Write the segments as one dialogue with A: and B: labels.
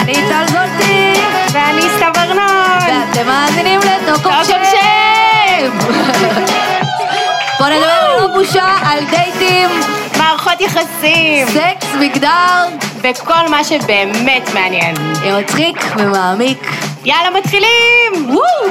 A: אני טל זולטי.
B: ואני סתיו ארנון.
A: ואתם מאזינים לטוק אוף שם. בוא נדבר ללא בושה על דייטים,
B: מערכות יחסים,
A: סקס, מגדר,
B: וכל מה שבאמת מעניין.
A: מצחיק ומעמיק.
B: יאללה, מתחילים!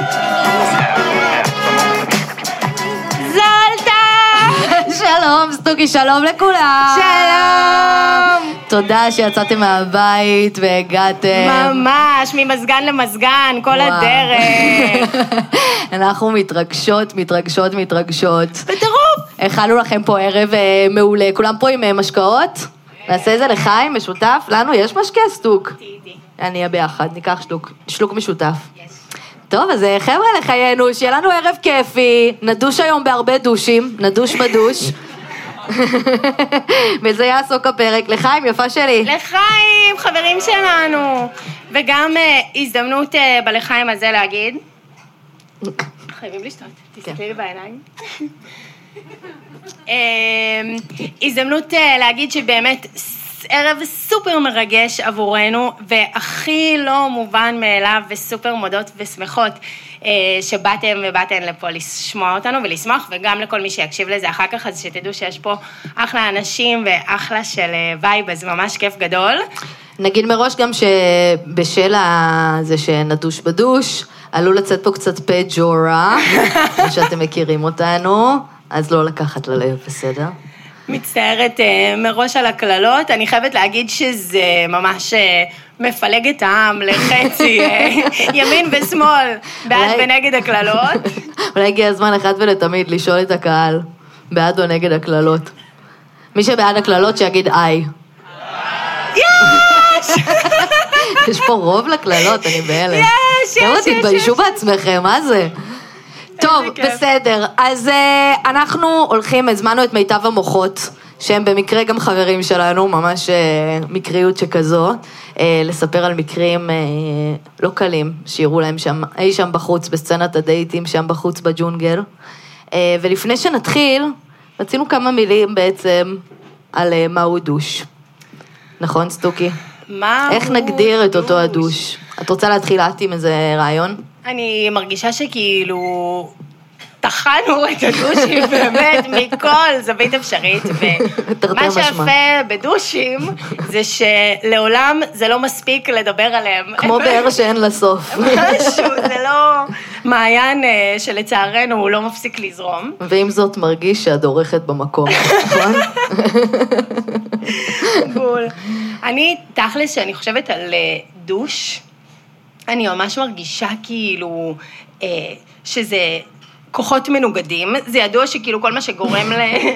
B: זולטה!
A: שלום, סטוקי, שלום לכולם.
B: שלום!
A: תודה שיצאתם מהבית והגעתם.
B: ממש, ממזגן למזגן, כל הדרך.
A: אנחנו מתרגשות.
B: בטירוף!
A: הכנו לכם פה ערב מעולה. כולם פה עם משקאות? נעשה את זה לחיים, משותף? לנו יש משקה סטוק. אני אהיה ביחד, ניקח שלוק משותף. טוב, אז חבר'ה לחיינו, שיהיה לנו ערב כיפי, נדוש היום בהרבה דושים, נדוש בדוש. וזה יעסוק הפרק. לחיים, יפה שלי.
B: לחיים, חברים שלנו. וגם הזדמנות בלחיים הזה להגיד. חייבים לשתות, תסתכלי לי בעיניים. הזדמנות להגיד שבאמת ערב סופר מרגש עבורנו, והכי לא מובן מאליו וסופר מודות ושמחות שבאתם ובאתן לפה לשמוע אותנו ולשמוח, וגם לכל מי שיקשיב לזה אחר כך, אז שתדעו שיש פה אחלה אנשים ואחלה של וייב, אז ממש כיף גדול.
A: נגיד מראש גם שבשל זה שנדוש בדוש, עלול לצאת פה קצת פג'ורה, שאתם מכירים אותנו, אז לא לקחת ללב, בסדר?
B: מצטערת מראש על הכללות, אני חייבת להגיד שזה ממש מפלג את העם לחצי, ימין ושמאל, בעד ונגד הכללות.
A: אולי הגיע הזמן אחד ולתמיד לשאול את הקהל, בעד או נגד הכללות. מי שבעד הכללות שיגיד איי. יש פה רוב לכללות, אני בהלם. כמה תתביישו בעצמכם, מה זה? טוב, בסדר. אז אנחנו הולכים, הזמנו את מיטב המוחות, שהם במקרה גם חברים שלנו, ממש מקריות שכזו, לספר על מקרים לא קלים, שיראו להם שם, אי שם בחוץ, בסצנת הדייטים, שם בחוץ בג'ונגל. ולפני שנתחיל, רצינו כמה מילים בעצם על מהו דוש. נכון, סטוקי? איך נגדיר את אותו הדוש? את רוצה להתחיל עם איזה רעיון?
B: אני מרגישה שכאילו תחנו את הדושים באמת מכל זווית אפשרית, ומה שיפה בדושים זה שלעולם זה לא מספיק לדבר עליהם.
A: כמו באר שאין לסוף.
B: משהו, זה לא מעיין שלצערנו הוא לא מפסיק לזרום.
A: ועם זאת מרגיש שאת דורכת במקום, נכון?
B: בול. אני תכלס שאני חושבת על דוש, אני ממש מרגישה כאילו שזה כוחות מנוגדים. זה ידוע שכאילו כל מה שגורם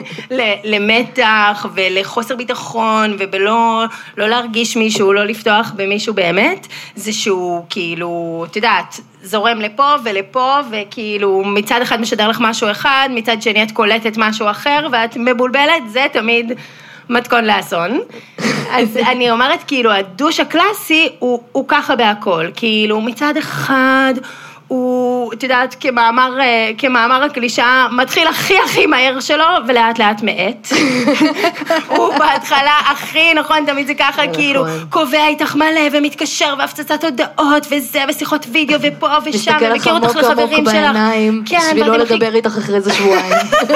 B: למתח ולחוסר ביטחון ובלא להרגיש מישהו, לא לפתוח במישהו באמת, זה שהוא כאילו, את יודעת, זורם לפה ולפה, וכאילו מצד אחד משדר לך משהו אחד, מצד שני את קולטת משהו אחר, ואת מבולבלת, זה תמיד מתכון לאסון. אז אני אומרת, כאילו, הדוש הקלאסי הוא ככה בהכל. כאילו, מצד אחד, הוא, את יודעת, כמאמר הקלישה, מתחיל הכי מהר שלו, ולאט לאט מעט. הוא בהתחלה הכי, נכון, תמיד זה ככה, כאילו, קובע איתך מלא, ומתקשר, והפצצת הודעות, וזה, ושיחות וידאו, ופה ושם, ומכיר אותך לחברים שלך.
A: בעיניים, בשביל לא לדבר איתך אחרי זה שבועיים.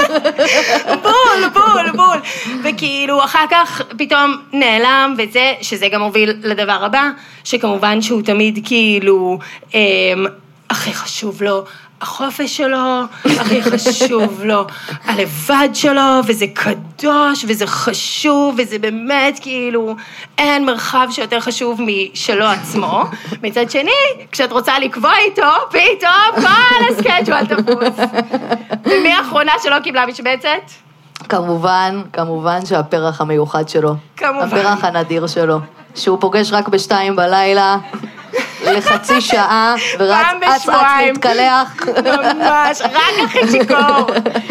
B: בול. וכאילו, אחר כך פתאום נעלם, וזה, שזה גם הוביל לדבר הבא, שכמובן שהוא תמיד כאילו, הכי חשוב לו החופש שלו, הכי חשוב לו הלבד שלו, וזה קדוש, וזה חשוב, וזה באמת כאילו, אין מרחב שיותר חשוב משלו עצמו. מצד שני, כשאת רוצה לקבוע איתו, פתאום כל הסקייג'ואל תפוס. ומי האחרונה שלא קיבלה משבצת?
A: כמובן שהפרח המיוחד שלו.
B: כמובן.
A: הפרח הנדיר שלו. שהוא פוגש רק ב2 בלילה, לחצי שעה, ורץ אץ להתקלח.
B: ממש, רק אחי שיקור.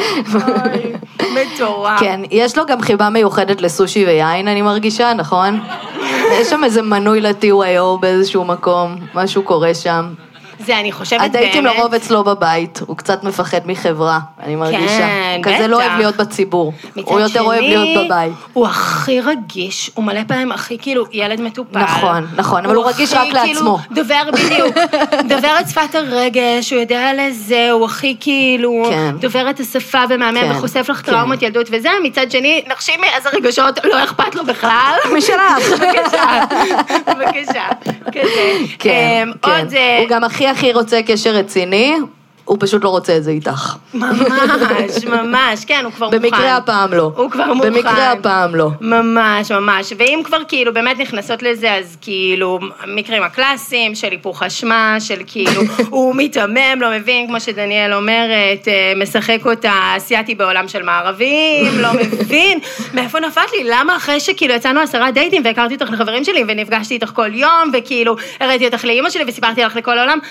B: מטורף.
A: כן, יש לו גם חיבה מיוחדת לסושי ויין, אני מרגישה, נכון? יש שם איזה מנוי ל-TYO באיזשהו מקום, משהו קורה שם.
B: זה אני חושבת באמת.
A: הדייטים לרוב אצלו בבית, הוא קצת מפחד מחברה, אני מרגישה.
B: כן,
A: כזה לא אוהב להיות בציבור. הוא יותר אוהב להיות בבית.
B: הוא הכי רגיש, הוא מלא פעמים הכי כאילו ילד מטופל.
A: נכון, אבל הוא רגיש רק לעצמו.
B: דובר בדיוק, דובר את שפת הרגש, הוא יודע לזה, הוא הכי כאילו, דובר את השפה ומאמן וחושף לך טראומות ילדות וזה, מצד שני, נחשי מאיזה רגשות לא אכפת לו בכלל.
A: משלך.
B: בבקשה, כזה.
A: כן. הוא גם הכי רוצה קשר רציני, הוא פשוט לא רוצה את זה איתך.
B: ממש, כן, הוא כבר מוכן.
A: במקרה הפעם לא.
B: הוא כבר מוכן.
A: במקרה הפעם לא.
B: ממש. ואם כבר כאילו באמת נכנסות לזה, אז כאילו, מקרים הקלאסיים של היפוך אשמה, של כאילו, הוא מתעמם, לא מבין, כמו שדניאל אומרת, משחק אותה אסיאתי בעולם של מערבים, לא מבין. מאיפה נפת לי? למה אחרי שכאילו יצאנו 10 דייטים והכרתי אותך לחברים שלי ונפגשתי איתך כל יום, וכאילו, הראיתי אותך לאמא שלי וסיפרתי לך לכל העולם,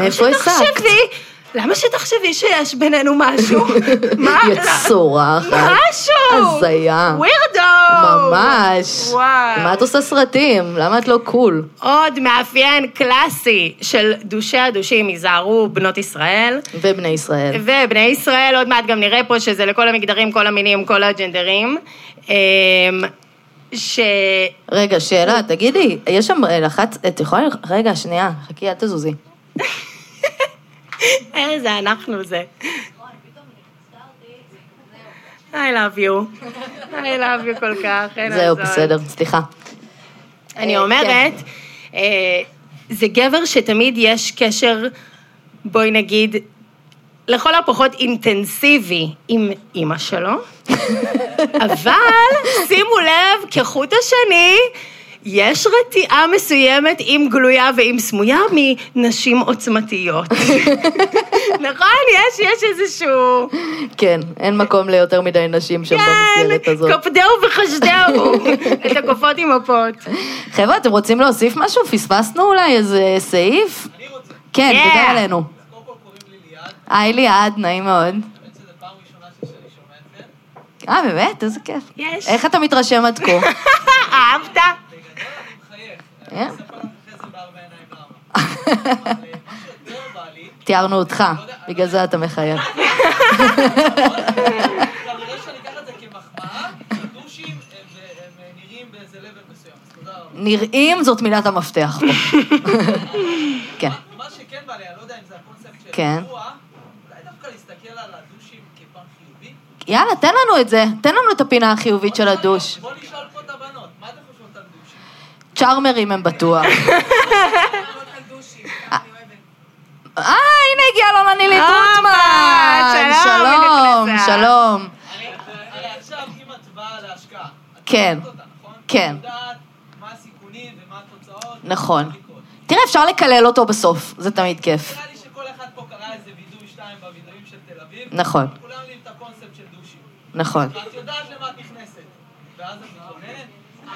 B: למה שתחשבי שיש בינינו משהו?
A: יצורה אחת.
B: משהו!
A: הזיה.
B: ווירדו!
A: ממש. מה את עושה סרטים? למה את לא קול?
B: עוד מאפיין קלאסי של דושי הדושים, ייזהרו בנות ישראל.
A: ובני ישראל.
B: ובני ישראל, עוד מעט גם נראה פה שזה לכל המגדרים, כל המינים, כל הג'נדרים.
A: רגע, שאלה, תגידי, יש שם לחץ, את יכולה... רגע, שנייה, חכי, אל תזוזי.
B: איזה אנחנו זה. I love you. I love you כל כך.
A: זהו, בסדר, סליחה.
B: אני אומרת, זה גבר שתמיד יש קשר, בואי נגיד, לכל הפחות אינטנסיבי עם אמא שלו, אבל שימו לב, כחוט השני, יש רתיעה מסוימת עם גלויה ועם סמויה מנשים עוצמתיות. נכון? יש איזשהו...
A: כן, אין מקום ליותר מדי נשים שם במסגרת הזאת.
B: כן, קפדהו וחשדהו, את הקופות עם מפות.
A: חבר'ה, אתם רוצים להוסיף משהו? פספסנו אולי איזה סעיף?
C: אני רוצה.
A: כן, תודה עלינו.
C: קודם כל קוראים לי ליעד.
A: היי ליעד, נעים מאוד.
C: באמת שזו פעם ראשונה שאני שומע את זה.
A: באמת? איזה כיף.
B: יש.
A: איך אתה מתרשם עד כה?
B: אהבת?
C: אני אספר לך אחרי זה בארבע עיניים למה. אבל מה שיותר בא לי...
A: תיארנו אותך, בגלל זה אתה מחייב.
C: כנראה שאני אקח את זה כמחמאה, הדושים הם נראים באיזה לבל מסוים, אז תודה רבה.
A: נראים זאת מילת המפתח פה. כן.
C: מה שכן בא לי, אני לא יודע אם זה הקונספט של
A: כן.
C: אירוע, אולי דווקא להסתכל על הדושים כפן חיובי.
A: יאללה, תן לנו את זה. תן לנו את הפינה החיובית של הדוש.
C: בוא נשאל פה את הבנות, מה אתם חושבות על דושים?
A: צ'ארמרים הם בטוח. הנה הגיעה לו לנילי גוטמן. שלום.
C: הרי עכשיו, אם את באה להשקעה,
A: כן.
C: את יודעת אותה, נכון?
A: כן.
C: את יודעת מה הסיכונים ומה התוצאות.
A: נכון. תראה, אפשר לקלל אותו בסוף, זה תמיד כיף.
C: נראה לי שכל אחד פה קרא איזה וידוי 2 בוידויים של תל אביב.
A: נכון.
C: כולם יודעים את הקונספט של דושים.
A: נכון.
C: ואת יודעת למה את נכנסת. ואז את מתלוננת.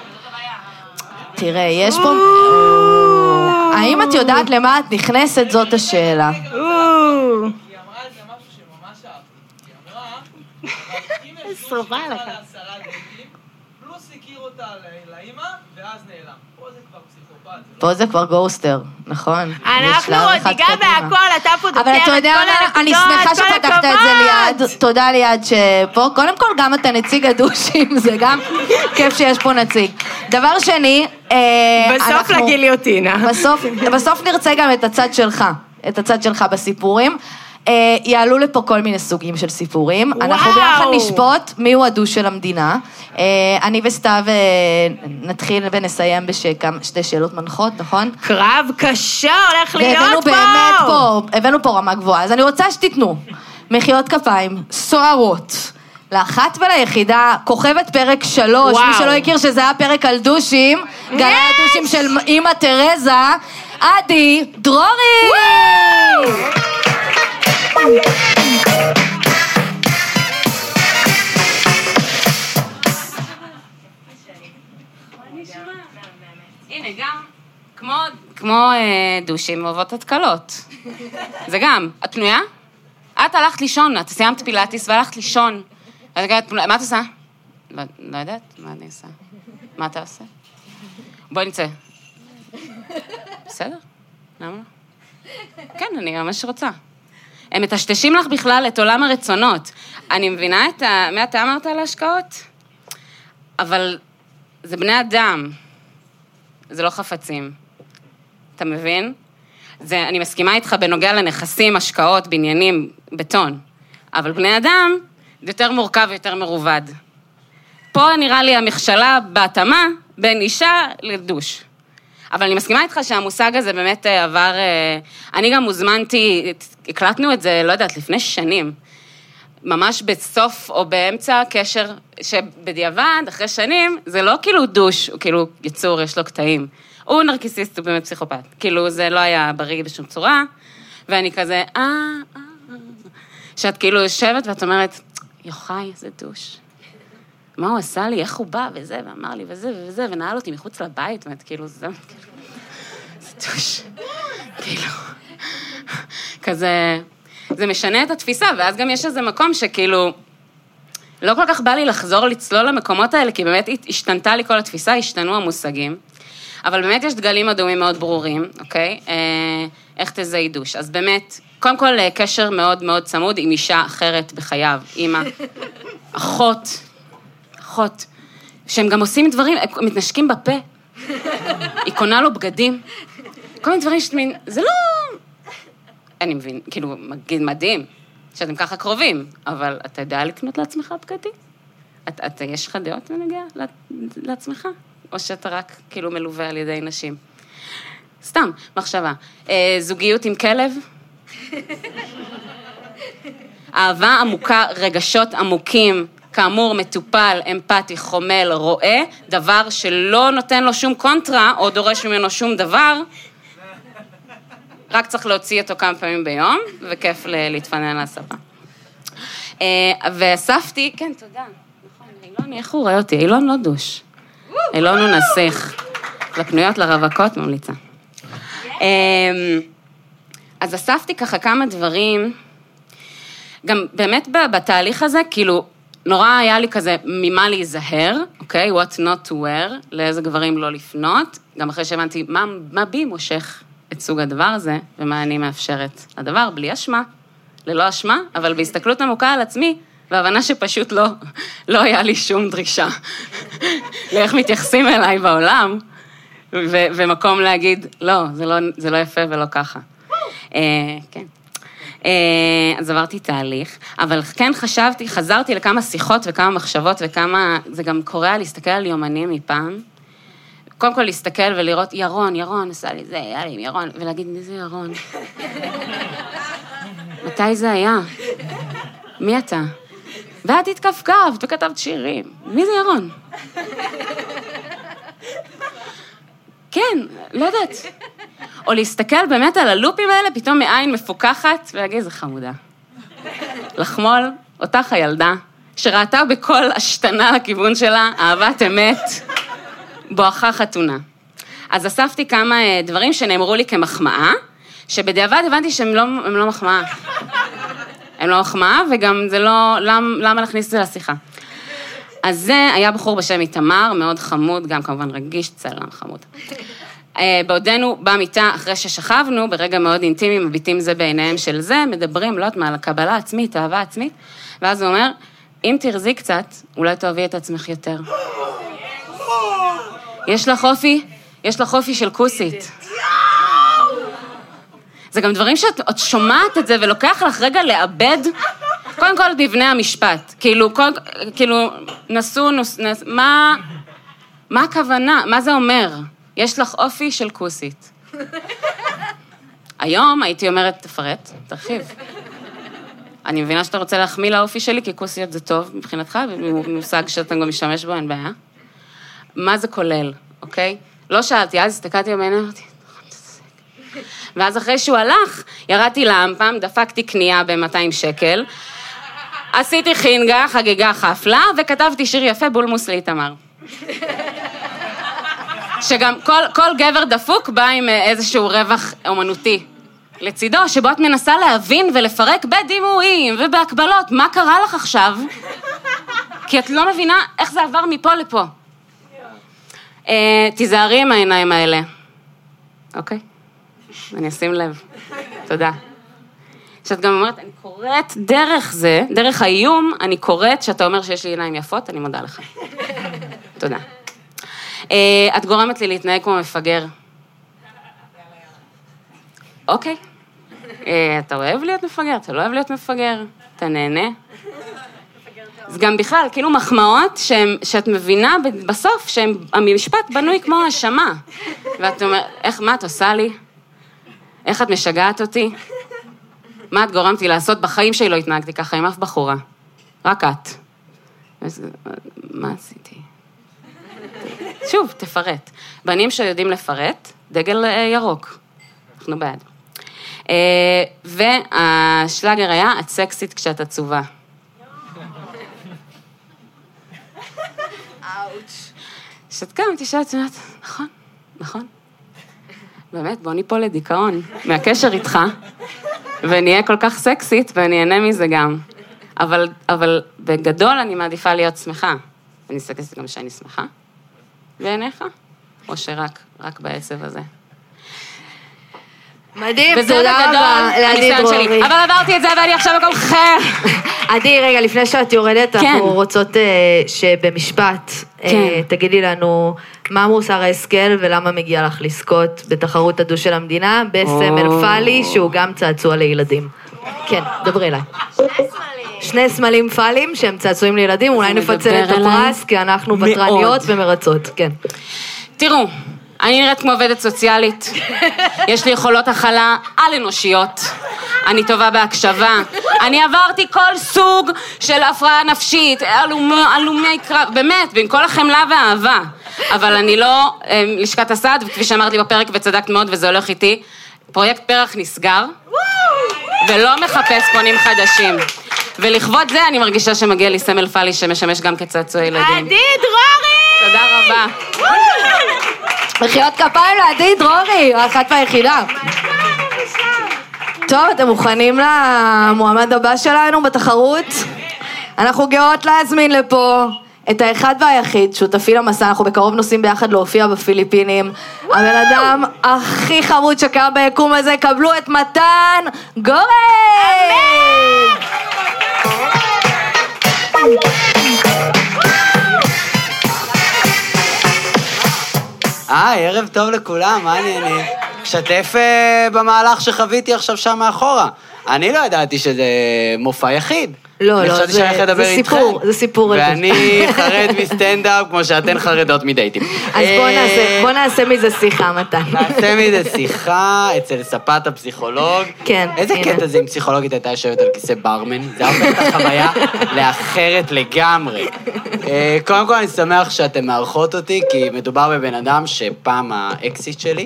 A: תראה, יש פה... האם את יודעת למה את נכנסת? זאת השאלה.
C: היא אמרה איזה משהו שממש אהבתי. היא אמרה, אבל אם יש דוש
B: שרובה
C: שנקרא
B: לך.
C: ל10 דייטים, פלוס הכיר אותה לאמא, ואז נעלם. פה זה כבר פסיכופת.
A: פה זה כבר גוסטר, נכון?
B: אנחנו עוד ניגע בהכל, אתה פה דוקר
A: אבל אתה יודע מה, אני שמחה שפתחת את זה ליד, תודה ליד שפה, קודם כל גם אתה נציג הדושים, זה גם כיף שיש פה נציג. דבר שני,
B: בסוף לגיליוטינה.
A: בסוף נרצה גם את הצד שלך, את הצד שלך בסיפורים. יעלו לפה כל מיני סוגים של סיפורים. אנחנו ביחד נשפוט מיהו הדוש של המדינה. אני וסתיו נתחיל ונסיים בשתי שאלות מנחות, נכון?
B: קרב קשה הולך להיות
A: פה. הבאנו פה רמה גבוהה. אז אני רוצה שתיתנו מחיאות כפיים, סוערות, לאחת וליחידה, כוכבת פרק 3, מי שלא הכיר שזה היה פרק על דושים, גלי הדושים של אמא תרזה, עדי דרורי!
D: הנה גם, כמו דושים אוהבות התקלות. זה גם, את פנויה? את הלכת לישון, את סיימת פילאטיס והלכת לישון. מה את עושה? לא יודעת, מה אני עושה? מה אתה עושה? בואי נצא. בסדר? למה לא? כן, אני ממש רוצה. הם מטשטשים לך בכלל את עולם הרצונות. אני מבינה מה אתה אמרת על ההשקעות? אבל זה בני אדם. זה לא חפצים. אתה מבין? אני מסכימה איתך בנוגע לנכסים, השקעות, בניינים, בטון. אבל בני אדם זה יותר מורכב ויותר מרובד. פה נראה לי המכשלה בהתאמה בין אישה לדוש. אבל אני מסכימה איתך שהמושג הזה באמת עבר... אני גם הוזמנתי, הקלטנו את זה, לא יודעת, לפני שנים. ממש בסוף או באמצע קשר שבדיעבד, אחרי שנים, זה לא כאילו דוש, הוא כאילו יצור, יש לו קטעים. הוא נרקיסיסט, הוא באמת פסיכופת. כאילו זה לא היה בריא בשום צורה, ואני כזה, שאת כאילו יושבת ואת אומרת, יוחאי, איזה דוש. מה הוא עשה לי, איך הוא בא, וזה, ואמר לי, וזה, וזה, ונעל אותי מחוץ לבית, ואת כאילו, זה דוש. כאילו, כזה, זה משנה את התפיסה, ואז גם יש איזה מקום שכאילו, לא כל כך בא לי לחזור לצלול למקומות האלה, כי באמת השתנתה לי כל התפיסה, השתנו המושגים, אבל באמת יש דגלים אדומים מאוד ברורים, אוקיי? איך תזהי דוש. אז באמת, קודם כל, קשר מאוד מאוד צמוד עם אישה אחרת בחייו, אמא, אחות, שהם גם עושים דברים, הם מתנשקים בפה, היא קונה לו בגדים, כל מיני דברים שתמין, זה לא... אני מבין, כאילו, מדהים, שאתם ככה קרובים, אבל אתה יודע לקנות לעצמך בגדים? יש לך דעות בנוגע לעצמך? או שאתה רק כאילו מלווה על ידי נשים? סתם, מחשבה. זוגיות עם כלב? אהבה עמוקה, רגשות עמוקים, כאמור, מטופל, אמפתי, חומל, רואה, דבר שלא נותן לו שום קונטרה, או דורש ממנו שום דבר, רק צריך להוציא אותו כמה פעמים ביום, וכיף להתפנן להספה. ואספתי, כן, תודה. נכון, אילון, איך הוא רואה אותי? אילון לא דוש. אילון הוא נסיך. לפנויות לרווקות ממליצה. אז אספתי ככה כמה דברים, גם באמת בתהליך הזה, כאילו, נורא היה לי כזה ממה להיזהר, אוקיי? What not to wear, לאיזה גברים לא לפנות, גם אחרי שהבנתי מה בי מושך את סוג הדבר הזה, ומה אני מאפשרת לדבר, בלי אשמה, ללא אשמה, אבל בהסתכלות עמוקה על עצמי, והבנה שפשוט לא היה לי שום דרישה לאיך מתייחסים אליי בעולם, ומקום להגיד, לא, זה לא יפה ולא ככה. כן. אז עברתי תהליך, אבל כן חזרתי לכמה שיחות וכמה מחשבות וכמה, זה גם קורה להסתכל על יומנים מפעם, קודם כל להסתכל ולראות, ירון, עשה לי זה, היה לי עם ירון, ולהגיד, מי זה ירון? מתי זה היה? מי אתה? ואת התקפקפת וכתבת שירים, מי זה ירון? כן, לא יודעת. או להסתכל באמת על הלופים האלה, פתאום מעין מפוקחת, ולהגיד, זה חמודה. לחמול, אותך הילדה, שראתה בכל השתנה לכיוון שלה, אהבת אמת, בואכה חתונה. אז אספתי כמה דברים שנאמרו לי כמחמאה, שבדיעבד הבנתי שהם לא מחמאה. הם לא מחמאה, וגם זה לא, למה להכניס את זה לשיחה. אז זה היה בחור בשם איתמר, מאוד חמוד, גם כמובן רגיש, צלם חמוד. בעודנו במיטה, אחרי ששכבנו, ברגע מאוד אינטימי, מביטים זה בעיניהם של זה, מדברים, לא יודעת מה, על הקבלה עצמית, אהבה עצמית, ואז הוא אומר, אם תרזי קצת, אולי תאהבי את עצמך יותר. יש לך אופי של כוסית. זה גם דברים שאת שומעת את זה, ולוקח לך רגע לאבד, קודם כל בבני המשפט, כאילו, מה הכוונה? מה זה אומר? יש לך אופי של כוסית. היום הייתי אומרת, תפרט, תרחיב. אני מבינה שאתה רוצה להחמיא לאופי שלי, כי כוסיות זה טוב מבחינתך, ומושג שאתה גם משתמש בו, אין בעיה. מה זה כולל, אוקיי? לא שאלתי, אז הסתכלתי במעיני, אמרתי, ואז אחרי שהוא הלך, ירדתי לאמפם, דפקתי קנייה ב-200 שקל, עשיתי חינגה, חגיגה חפלה, וכתבתי שיר יפה בולמוס לאיתמר. שגם כל גבר דפוק בא עם איזשהו רווח אומנותי לצידו, שבו את מנסה להבין ולפרק בדימויים ובהקבלות, מה קרה לך עכשיו? כי את לא מבינה איך זה עבר מפה לפה. תיזהרי עם העיניים האלה. אוקיי? אני אשים לב. תודה. שאת גם אומרת, אני קוראת דרך זה, דרך האיום, אני קוראת שאתה אומר שיש לי עיניים יפות, אני מודה לך. תודה. את גורמת לי להתנהג כמו מפגר. אוקיי. אתה אוהב להיות מפגר, אתה לא אוהב להיות מפגר, אתה נהנה. זה גם בכלל, כאילו מחמאות שאת מבינה בסוף שהמשפט בנוי כמו האשמה. ואת אומרת, מה את עושה לי? איך את משגעת אותי? מה את גורמתי לעשות? בחיים שלי לא התנהגתי ככה עם אף בחורה. רק את. מה עשיתי? שוב, תפרט. בנים שיודעים לפרט, דגל ירוק. אנחנו בעד. והשלגר היה, את סקסית כשאת עצובה. שאת קמת, שאת אומרת, נכון, נכון. באמת, בוא ניפול לדיכאון, מהקשר איתך, ונהיה כל כך סקסית, ואני אהנה מזה גם. אבל בגדול אני מעדיפה להיות שמחה. אני סקסית גם שאני שמחה. בעיניך? או שרק בעצב הזה?
A: מדהים, תודה רבה לעדי דרורי.
D: אבל עברתי את זה ואני עכשיו בכל חר.
A: עדי, רגע, לפני שאת יורדת, אנחנו רוצות שבמשפט תגידי לנו מה מוסר ההשכל ולמה מגיע לך לזכות בתחרות הדו של המדינה, בסמל פאלי שהוא גם צעצוע לילדים. כן, דברי אליי. שני סמלים פאלים שהם צעצועים לילדים, אולי נפצל את הפרס, כי אנחנו בטרניות ומרצות, כן.
D: תראו, אני נראית כמו עובדת סוציאלית, יש לי יכולות הכלה על אנושיות, אני טובה בהקשבה, אני עברתי כל סוג של הפרעה נפשית, אלומי קרב, באמת, בין כל החמלה והאהבה, אבל אני לא לשכת הסעד, וכפי שאמרתי בפרק וצדקת מאוד וזה הולך איתי, פרויקט פרח נסגר, ולא מחפש פונים חדשים, ולכבוד זה אני מרגישה שמגיע לי סמל פאלי שמשמש גם כצעצוע ילדים.
B: עדי דרורי!
D: תודה רבה.
A: מחיאות כפיים לעדי דרורי, האחת והיחידה. טוב, אתם מוכנים למועמד הבא שלנו בתחרות? אנחנו גאות להזמין לפה את האחד והיחיד, שותפי למסע, אנחנו בקרוב נוסעים ביחד להופיע בפיליפינים. הבן אדם הכי חמוד שקם ביקום הזה, קבלו את מתן גורן!
E: ערב טוב לכולם, מה העניינים? שתף במהלך שחוויתי עכשיו שם מאחורה. אני לא ידעתי שזה מופע יחיד.
A: לא, זה סיפור.
E: ואני חרד מסטנדאפ כמו שאתן חרדות מדייטים.
A: אז בוא נעשה מזה שיחה, מתן.
E: נעשה מזה שיחה אצל ספת הפסיכולוג.
A: כן.
E: איזה קטע זה אם פסיכולוגית הייתה יושבת על כיסא ברמן? זה הרבה את החוויה לאחרת לגמרי. קודם כל אני שמח שאתם מארחות אותי, כי מדובר בבן אדם שפעם האקסיט שלי,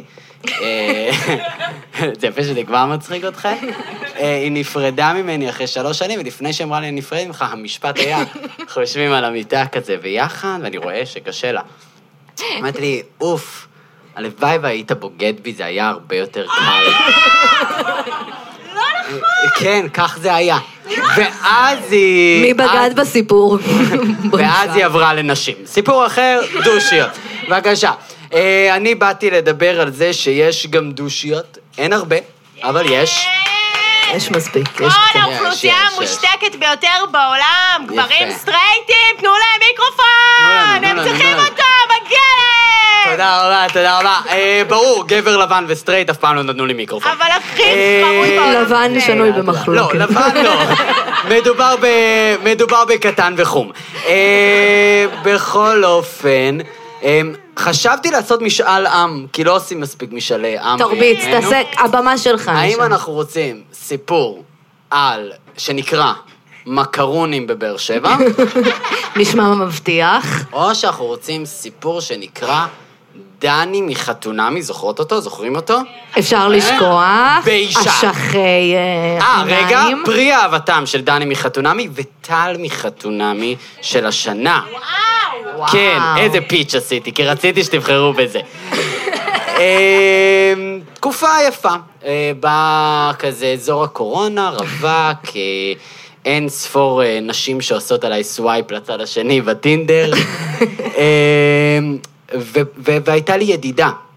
E: זה יפה שזה כבר מצחיק אתכם, היא נפרדה ממני אחרי 3 שנים, ולפני שאמרה לי נפרד ממך, המשפט היה, אנחנו יושבים על המיטה כזה ביחד, ואני רואה שקשה לה. אמרתי לי, אוף, הלוואי והיית בוגד בי, זה היה הרבה יותר קל.
B: לא נכון.
E: כן, כך זה היה. ואז היא...
A: מי בגד בסיפור?
E: ואז היא עברה לנשים. סיפור אחר, דושיות. בבקשה. אני באתי לדבר על זה שיש גם דושיות, אין הרבה, אבל יש.
A: יש מספיק.
B: כל האוכלוסייה המושתקת ביותר בעולם, גברים סטרייטים, תנו להם מיקרופון, הם צריכים אותו, מגיע להם.
E: תודה רבה. ברור, גבר לבן וסטרייט אף פעם לא נתנו לי מיקרופון.
B: אבל הכי חמוד בעולם.
A: לבן שנוי במחלוקת.
E: לא, לבן לא. מדובר בקטן וחום. בכל אופן... חשבתי לעשות משאל עם, כי לא עושים מספיק משאלי עם.
A: תרביץ, תעשה, הבמה שלך.
E: האם אנחנו רוצים סיפור על, שנקרא, מקרונים בבאר שבע?
A: נשמע מבטיח.
E: או שאנחנו רוצים סיפור שנקרא דני מחתונמי, זוכרות אותו? זוכרים אותו?
A: אפשר לשכוח.
E: באישה.
A: אשכי עיניים.
E: רגע, פרי אהבתם של דני מחתונמי וטל מחתונמי של השנה. כן, איזה פיץ' עשיתי, כי רציתי שתבחרו בזה. תקופה יפה. בא כזה אזור הקורונה, רווק, אין ספור נשים שעושות עליי סווייפ לצד השני בטינדר. והייתה לי ידידה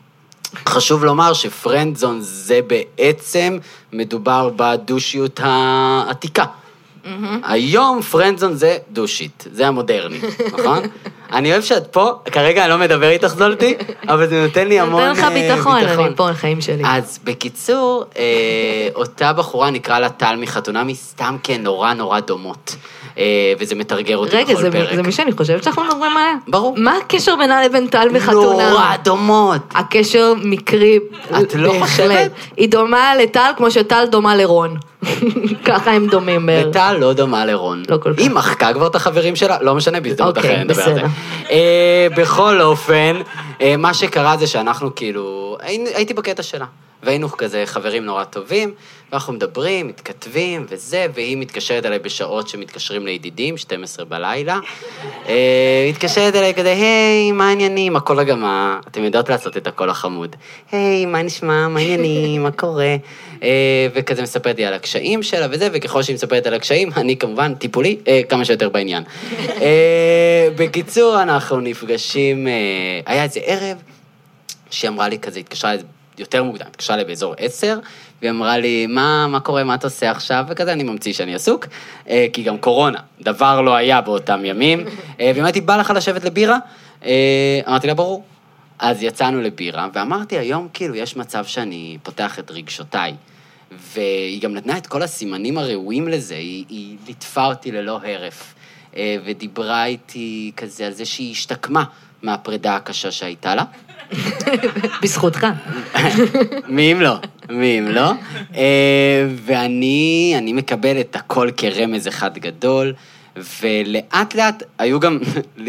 E: חשוב לומר שפרנדזון זה בעצם מדובר בדושיות העתיקה. היום פרנדזון זה דושית, זה המודרני, נכון? אני אוהב שאת פה, כרגע אני לא מדבר איתך זולתי, אבל זה נותן לי המון
A: נותן לך ביטחון, אני פה, החיים שלי.
E: אז בקיצור, אותה בחורה נקרא לה טל מחתונמי, סתם כנורא נורא דומות. וזה מתרגר אותי בכל פרק.
A: רגע, זה מי שאני חושבת שאנחנו מדברים עליה?
E: ברור.
A: מה הקשר בינה לבין טל וחתונמי?
E: נורא דומות.
A: הקשר מקרי.
E: את לא חושבת?
A: היא דומה לטל כמו שטל דומה לרון. ככה הם דומים בערך.
E: וטל לא דומה לרון.
A: לא כל כך.
E: היא מחקה כבר את החברים שלה, לא משנה, בהזדמנות אחרת נדבר על זה.
A: בסדר.
E: בכל אופן, מה שקרה זה שאנחנו כאילו, הייתי בקטע שלה. והיינו כזה חברים נורא טובים, ואנחנו מדברים, מתכתבים וזה, והיא מתקשרת אליי בשעות שמתקשרים לידידים, 12 בלילה. מתקשרת אליי כזה, היי, מה העניינים? הכל הגמה, אתם יודעות לעשות את הכל החמוד. היי, מה נשמע? מה העניינים? מה קורה? וכזה מספרת לי על הקשיים שלה וזה, וככל שהיא מספרת על הקשיים, אני כמובן טיפולי, כמה שיותר בעניין. בקיצור, אנחנו נפגשים, היה איזה ערב, שהיא אמרה לי כזה, התקשרה יותר מוקדם, התקשרה לי באזור 10, והיא אמרה לי, מה קורה, מה אתה עושה עכשיו? וכזה אני ממציא שאני עסוק, כי גם קורונה, דבר לא היה באותם ימים, ואמרתי, בא לך לשבת לבירה? אמרתי לה, ברור. אז יצאנו לבירה, ואמרתי, היום כאילו יש מצב שאני פותח את רגשותיי, והיא גם נתנה את כל הסימנים הראויים לזה, היא ליטפה אותי ללא הרף, ודיברה איתי כזה על זה שהיא השתקמה מהפרידה הקשה שהייתה לה.
A: בזכותך.
E: מי אם לא. ואני מקבל את הכל כרמז אחד גדול, ולאט לאט היו גם,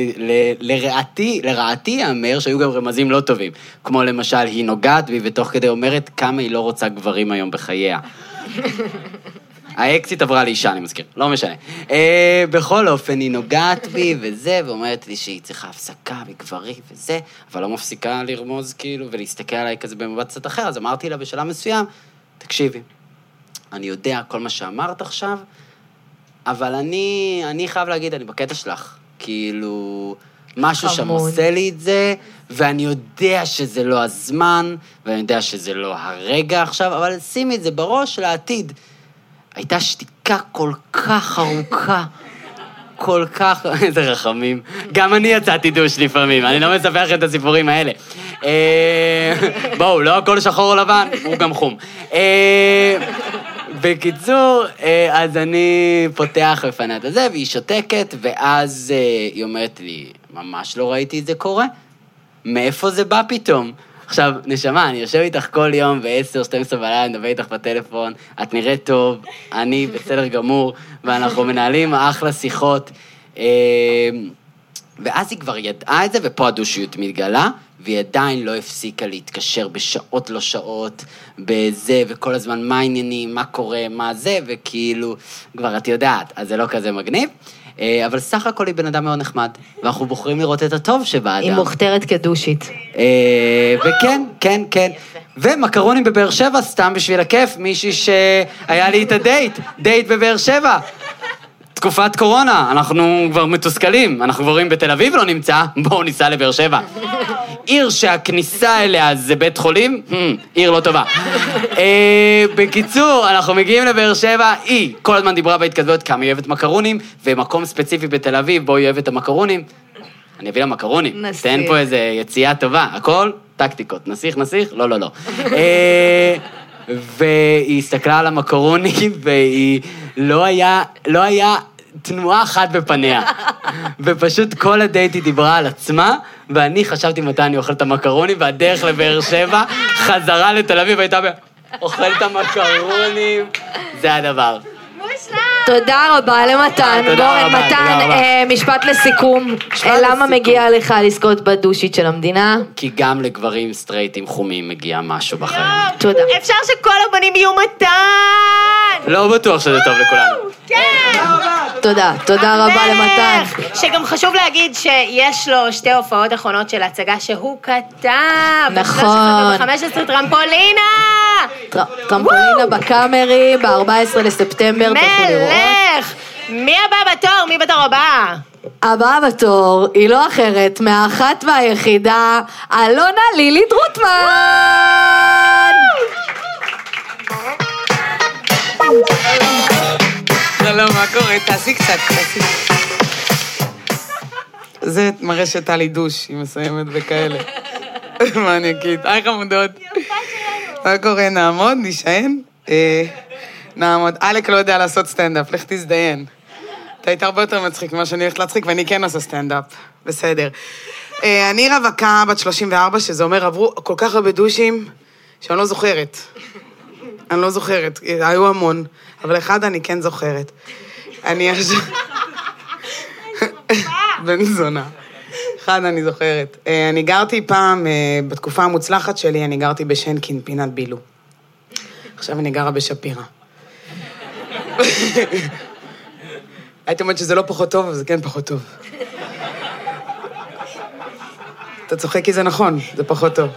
E: לרעתי יאמר שהיו גם רמזים לא טובים, כמו למשל היא נוגעת בי ותוך כדי אומרת כמה היא לא רוצה גברים היום בחייה. האקסיט עברה לאישה, אני מזכיר, לא משנה. בכל אופן, היא נוגעת בי וזה, ואומרת לי שהיא צריכה הפסקה בגברי וזה, אבל לא מפסיקה לרמוז כאילו, ולהסתכל עליי כזה במבט קצת אחר, אז אמרתי לה בשלב מסוים, תקשיבי, אני יודע כל מה שאמרת עכשיו, אבל אני חייב להגיד, אני בקטע שלך, כאילו, משהו שם עושה לי את זה, ואני יודע שזה לא הזמן, ואני יודע שזה לא הרגע עכשיו, אבל שימי את זה בראש לעתיד. הייתה שתיקה כל כך ארוכה, כל כך, איזה רחמים. גם אני יצאתי דוש לפעמים, אני לא מספר את הסיפורים האלה. בואו, לא הכל שחור או לבן, הוא גם חום. בקיצור, אז אני פותח בפניה את זה, והיא שותקת, ואז היא אומרת לי, ממש לא ראיתי את זה קורה? מאיפה זה בא פתאום? עכשיו, נשמה, אני יושב איתך כל יום ב-10-12 בלילה, אני מדבר איתך בטלפון, את נראית טוב, אני בסדר גמור, ואנחנו מנהלים אחלה שיחות. ואז היא כבר ידעה את זה, ופה הדושיות מתגלה, והיא עדיין לא הפסיקה להתקשר בשעות לא שעות, בזה, וכל הזמן מה העניינים, מה קורה, מה זה, וכאילו, כבר את יודעת, אז זה לא כזה מגניב. אבל סך הכל היא בן אדם מאוד נחמד, ואנחנו בוחרים לראות את הטוב שבאדם.
A: היא מוכתרת כדושית.
E: וכן, כן, כן. ומקרונים בבאר שבע, סתם בשביל הכיף, מישהי שהיה לי את דייט בבאר שבע. תקופת קורונה, אנחנו כבר מתוסכלים, אנחנו כבר רואים בתל אביב לא נמצא, בואו ניסע לבאר שבע. עיר שהכניסה אליה זה בית חולים, עיר לא טובה. בקיצור, אנחנו מגיעים לבאר שבע, היא כל הזמן דיברה בהתכתבויות כמה היא אוהבת מקרונים, ומקום ספציפי בתל אביב בו היא אוהבת את המקרונים. אני אביא לה מקרונים, תן פה איזה יציאה טובה, הכל טקטיקות, נסיך, לא. והיא הסתכלה על המקרונים, והיא לא היה תנועה אחת בפניה. ופשוט כל הדייט היא דיברה על עצמה, ואני חשבתי מתי אני אוכל את המקרונים, והדרך לבאר שבע, חזרה לתל אביב, הייתה אוכל את המקרונים, זה הדבר.
A: תודה רבה למתן. גורן, מתן, משפט לסיכום. למה מגיע לך לזכות בדושית של המדינה?
E: כי גם לגברים סטרייטים חומים מגיע משהו בחיים.
A: תודה.
B: אפשר שכל הבנים יהיו מתן!
E: לא בטוח שזה טוב לכולנו.
B: כן!
A: תודה רבה למתן.
B: שגם חשוב להגיד שיש לו 2 הופעות אחרונות של הצגה שהוא כתב.
A: נכון.
B: ב-15 טרמפולינה!
A: טרמפולינה בקאמרי, ב-14 לספטמבר, תוכלו לראות.
B: מלך! מי הבא בתור? מי בתור הבא?
A: הבאה בתור היא לא אחרת מהאחת והיחידה, אלונה לילי דרוטמן!
F: לא, מה קורה? תעשי קצת, תעשי. זה מראה שטלי דוש, היא מסיימת וכאלה. מה אני אגיד? היי חמודות. מה קורה? נעמוד? נשען? נעמוד. אלק לא יודע לעשות סטנדאפ, לך תזדיין. אתה היית הרבה יותר מצחיק ממה שאני הולכת להצחיק, ואני כן עושה סטנדאפ. בסדר. אני רווקה בת 34, שזה אומר, עברו כל כך הרבה דושים, שאני לא זוכרת. אני לא זוכרת, היו המון, אבל אחד אני כן זוכרת. אני עכשיו... בן זונה. אחד אני זוכרת. אני גרתי פעם, בתקופה המוצלחת שלי, אני גרתי בשנקין, פינת בילו. עכשיו אני גרה בשפירה. הייתי אומרת שזה לא פחות טוב, אבל זה כן פחות טוב. אתה צוחק כי זה נכון, זה פחות טוב.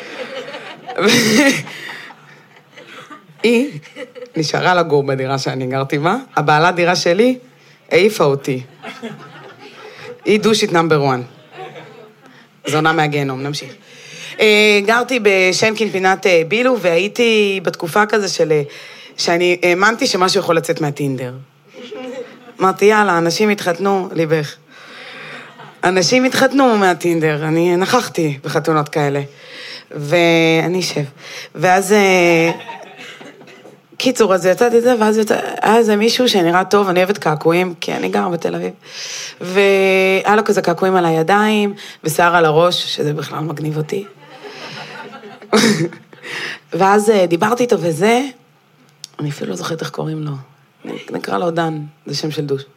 F: היא נשארה לגור בדירה שאני גרתי בה, הבעלת דירה שלי העיפה אותי. היא דושית נאמבר 1. זונה מהגיהנום, נמשיך. גרתי בשנקין פינת בילו, והייתי בתקופה כזה שאני האמנתי שמשהו יכול לצאת מהטינדר. אמרתי, יאללה, אנשים התחתנו, ליבך. אנשים התחתנו מהטינדר, אני נכחתי בחתונות כאלה. ואני אשב. ואז... קיצור, אז יצאתי את זה, ואז היה איזה מישהו שנראה טוב, אני אוהבת קעקועים, כי אני גר בתל אביב. והיה לו כזה קעקועים על הידיים, ושיער על הראש, שזה בכלל מגניב אותי. ואז דיברתי איתו וזה, אני אפילו לא זוכרת איך קוראים לו. נקרא לו דן, זה שם של דוש.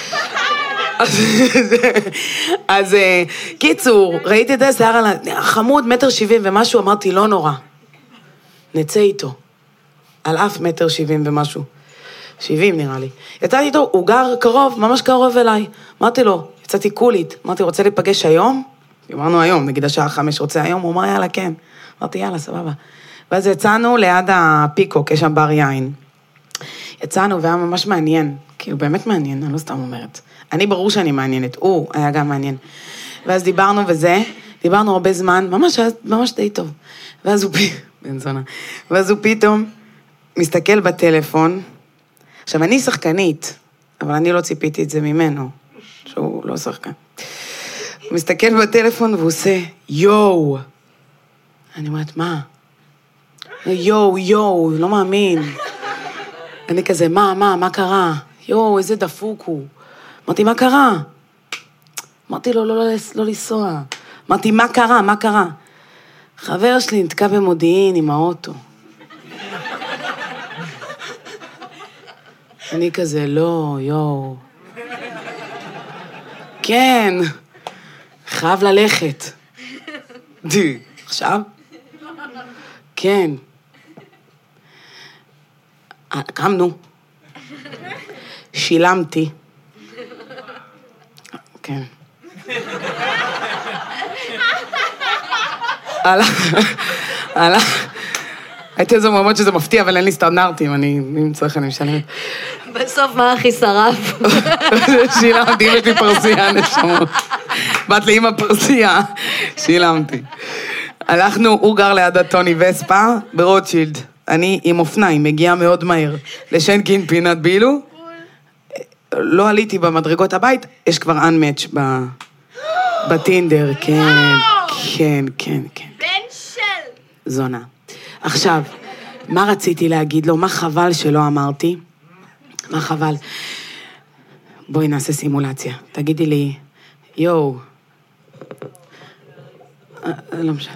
F: אז קיצור, ראיתי את זה, שיער על חמוד, 1.70 ומשהו, אמרתי, לא נורא. נצא איתו. על אף 1.70 ומשהו. 70 נראה לי. יצאתי איתו, הוא גר קרוב, ממש קרוב אליי. אמרתי לו, יצאתי קולית. אמרתי, רוצה להיפגש היום? אמרנו היום, נגיד השעה 5 רוצה היום, הוא אמר, יאללה, כן. אמרתי, יאללה, סבבה. ואז יצאנו ליד הפיקוק, יש שם בר יין. יצאנו והיה ממש מעניין. כאילו, באמת מעניין, אני לא סתם אומרת. אני ברור שאני מעניינת, הוא היה גם מעניין. ואז דיברנו וזה, דיברנו הרבה זמן, ממש די טוב. ואז הוא פתאום מסתכל בטלפון. עכשיו, אני שחקנית, אבל אני לא ציפיתי את זה ממנו, שהוא לא שחקן. הוא מסתכל בטלפון והוא עושה, יואו. אני אומרת, מה? יואו, לא מאמין. אני כזה, מה קרה? יואו, איזה דפוק הוא. אמרתי, מה קרה? אמרתי לו, לא לנסוע. אמרתי, מה קרה? חבר שלי נתקע במודיעין עם האוטו. אני כזה, לא, יואו. כן, חייב ללכת. עכשיו? כן. קמנו. שילמתי. כן. הלך. הייתי איזה מועמד שזה מפתיע, אבל אין לי סטנדרטים, אם צריך אני משלמת.
A: בסוף מה הכי שרף?
F: שילמתי, יש לי פרסייה, נשמות. בת לאמא פרסייה, שילמתי. הלכנו, הוא גר ליד הטוני וספה, ברוטשילד. אני עם אופניים, מגיעה מאוד מהר. לשנקין פינת בילו. לא עליתי במדרגות הבית, יש כבר unmatch בטינדר, כן.
B: בן של...
F: זונה. עכשיו, מה רציתי להגיד לו? מה חבל שלא אמרתי? מה חבל? בואי נעשה סימולציה. תגידי לי, יואו. לא משנה.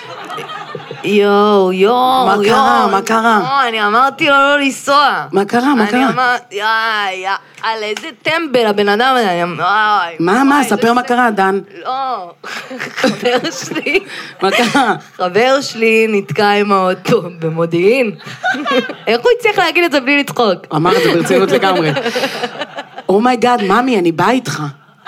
A: יואו.
F: מה קרה?
A: אני אמרתי לו לא לנסוע.
F: מה קרה?
A: אני אמרתי, על איזה טמבל הבן אדם הזה.
F: מה? ספר מה קרה, דן.
A: לא, חבר שלי.
F: מה קרה?
A: חבר שלי נתקע עם האוטו במודיעין. איך הוא הצליח להגיד את זה בלי לצחוק?
F: אמר את זה ברצינות לגמרי. אומייגאד, ממי, אני באה איתך.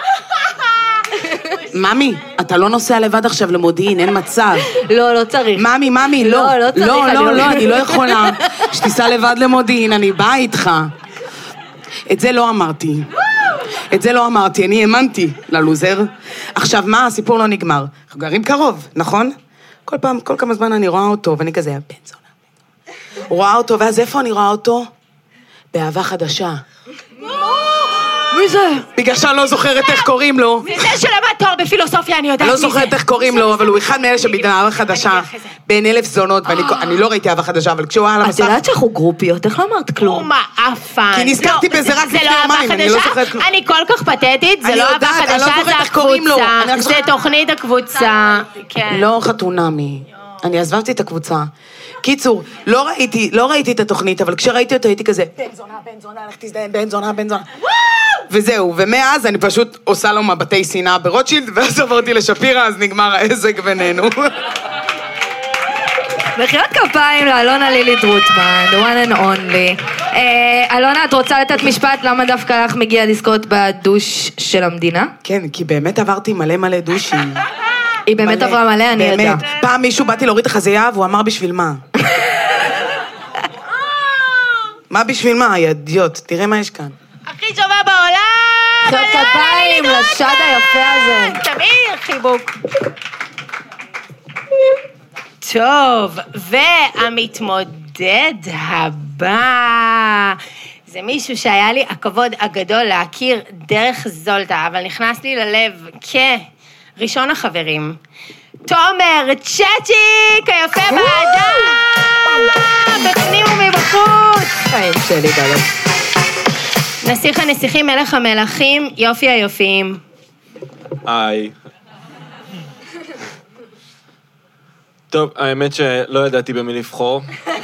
F: ממי, אתה לא נוסע לבד עכשיו למודיעין, אין מצב.
A: לא צריך.
F: ממי, לא. לא, אני לא יכולה. שתיסע לבד למודיעין, אני באה איתך. את זה לא אמרתי. את זה לא אמרתי, אני האמנתי ללוזר. עכשיו, מה? הסיפור לא נגמר. אנחנו גרים קרוב, נכון? כל כמה זמן אני רואה אותו, ואני כזה, בן זונה. הוא רואה אותו, ואז איפה אני רואה אותו? באהבה חדשה. מי זה? בגלל שאני לא זוכרת איך קוראים לו.
B: זה שלמד תואר בפילוסופיה, אני יודעת מי זה.
F: אני לא זוכרת איך קוראים לו, אבל הוא אחד מאלה שבגלל אהבה חדשה. בין 1000 זונות, ואני לא ראיתי אהבה חדשה, אבל כשהוא היה על המסך...
A: את יודעת שאנחנו גרופיות, איך לא אמרת כלום?
B: הוא מעפן.
F: כי נזכרתי בזה רק לפני יומיים, אני לא זוכרת כלום.
B: אני כל כך פתטית, זה לא אהבה חדשה, זה הקבוצה. זה תוכנית הקבוצה.
F: לא חתונמי. אני עזבתי את הקבוצה. קיצור, לא ראיתי את התוכנית, אבל כשראיתי אותו הייתי כזה, בן זונה, לך תזדיין, בן זונה. וזהו, ומאז אני פשוט עושה לו מבטי שנאה ברוטשילד, ואז עברתי לשפירה, אז נגמר העסק בינינו.
A: מחיאות כפיים לאלונה לילי דרוטמן, the one and only. אלונה, את רוצה לתת משפט למה דווקא לך מגיע לזכות בדוש של המדינה?
F: כן, כי באמת עברתי מלא דושים.
A: היא באמת עברה מלא, אני יודעת.
F: פעם מישהו באתי להוריד את החזייה, והוא אמר בשביל מה? מה בשביל מה, ידיוט? תראה מה יש כאן.
B: הכי שווה בעולם!
A: מחיאות כפיים לשד היפה הזה.
B: תמיר, חיבוק. טוב, והמתמודד הבא זה מישהו שהיה לי הכבוד הגדול להכיר דרך זולטה, אבל נכנס לי ללב כראשון החברים. תומר צ'צ'יק, היפה באדם, בפנים ומבחוץ.
A: חיים שלי גדול.
B: נסיך הנסיכים, מלך המלכים, יופי היופיים.
G: היי. טוב, האמת שלא ידעתי במי לבחור.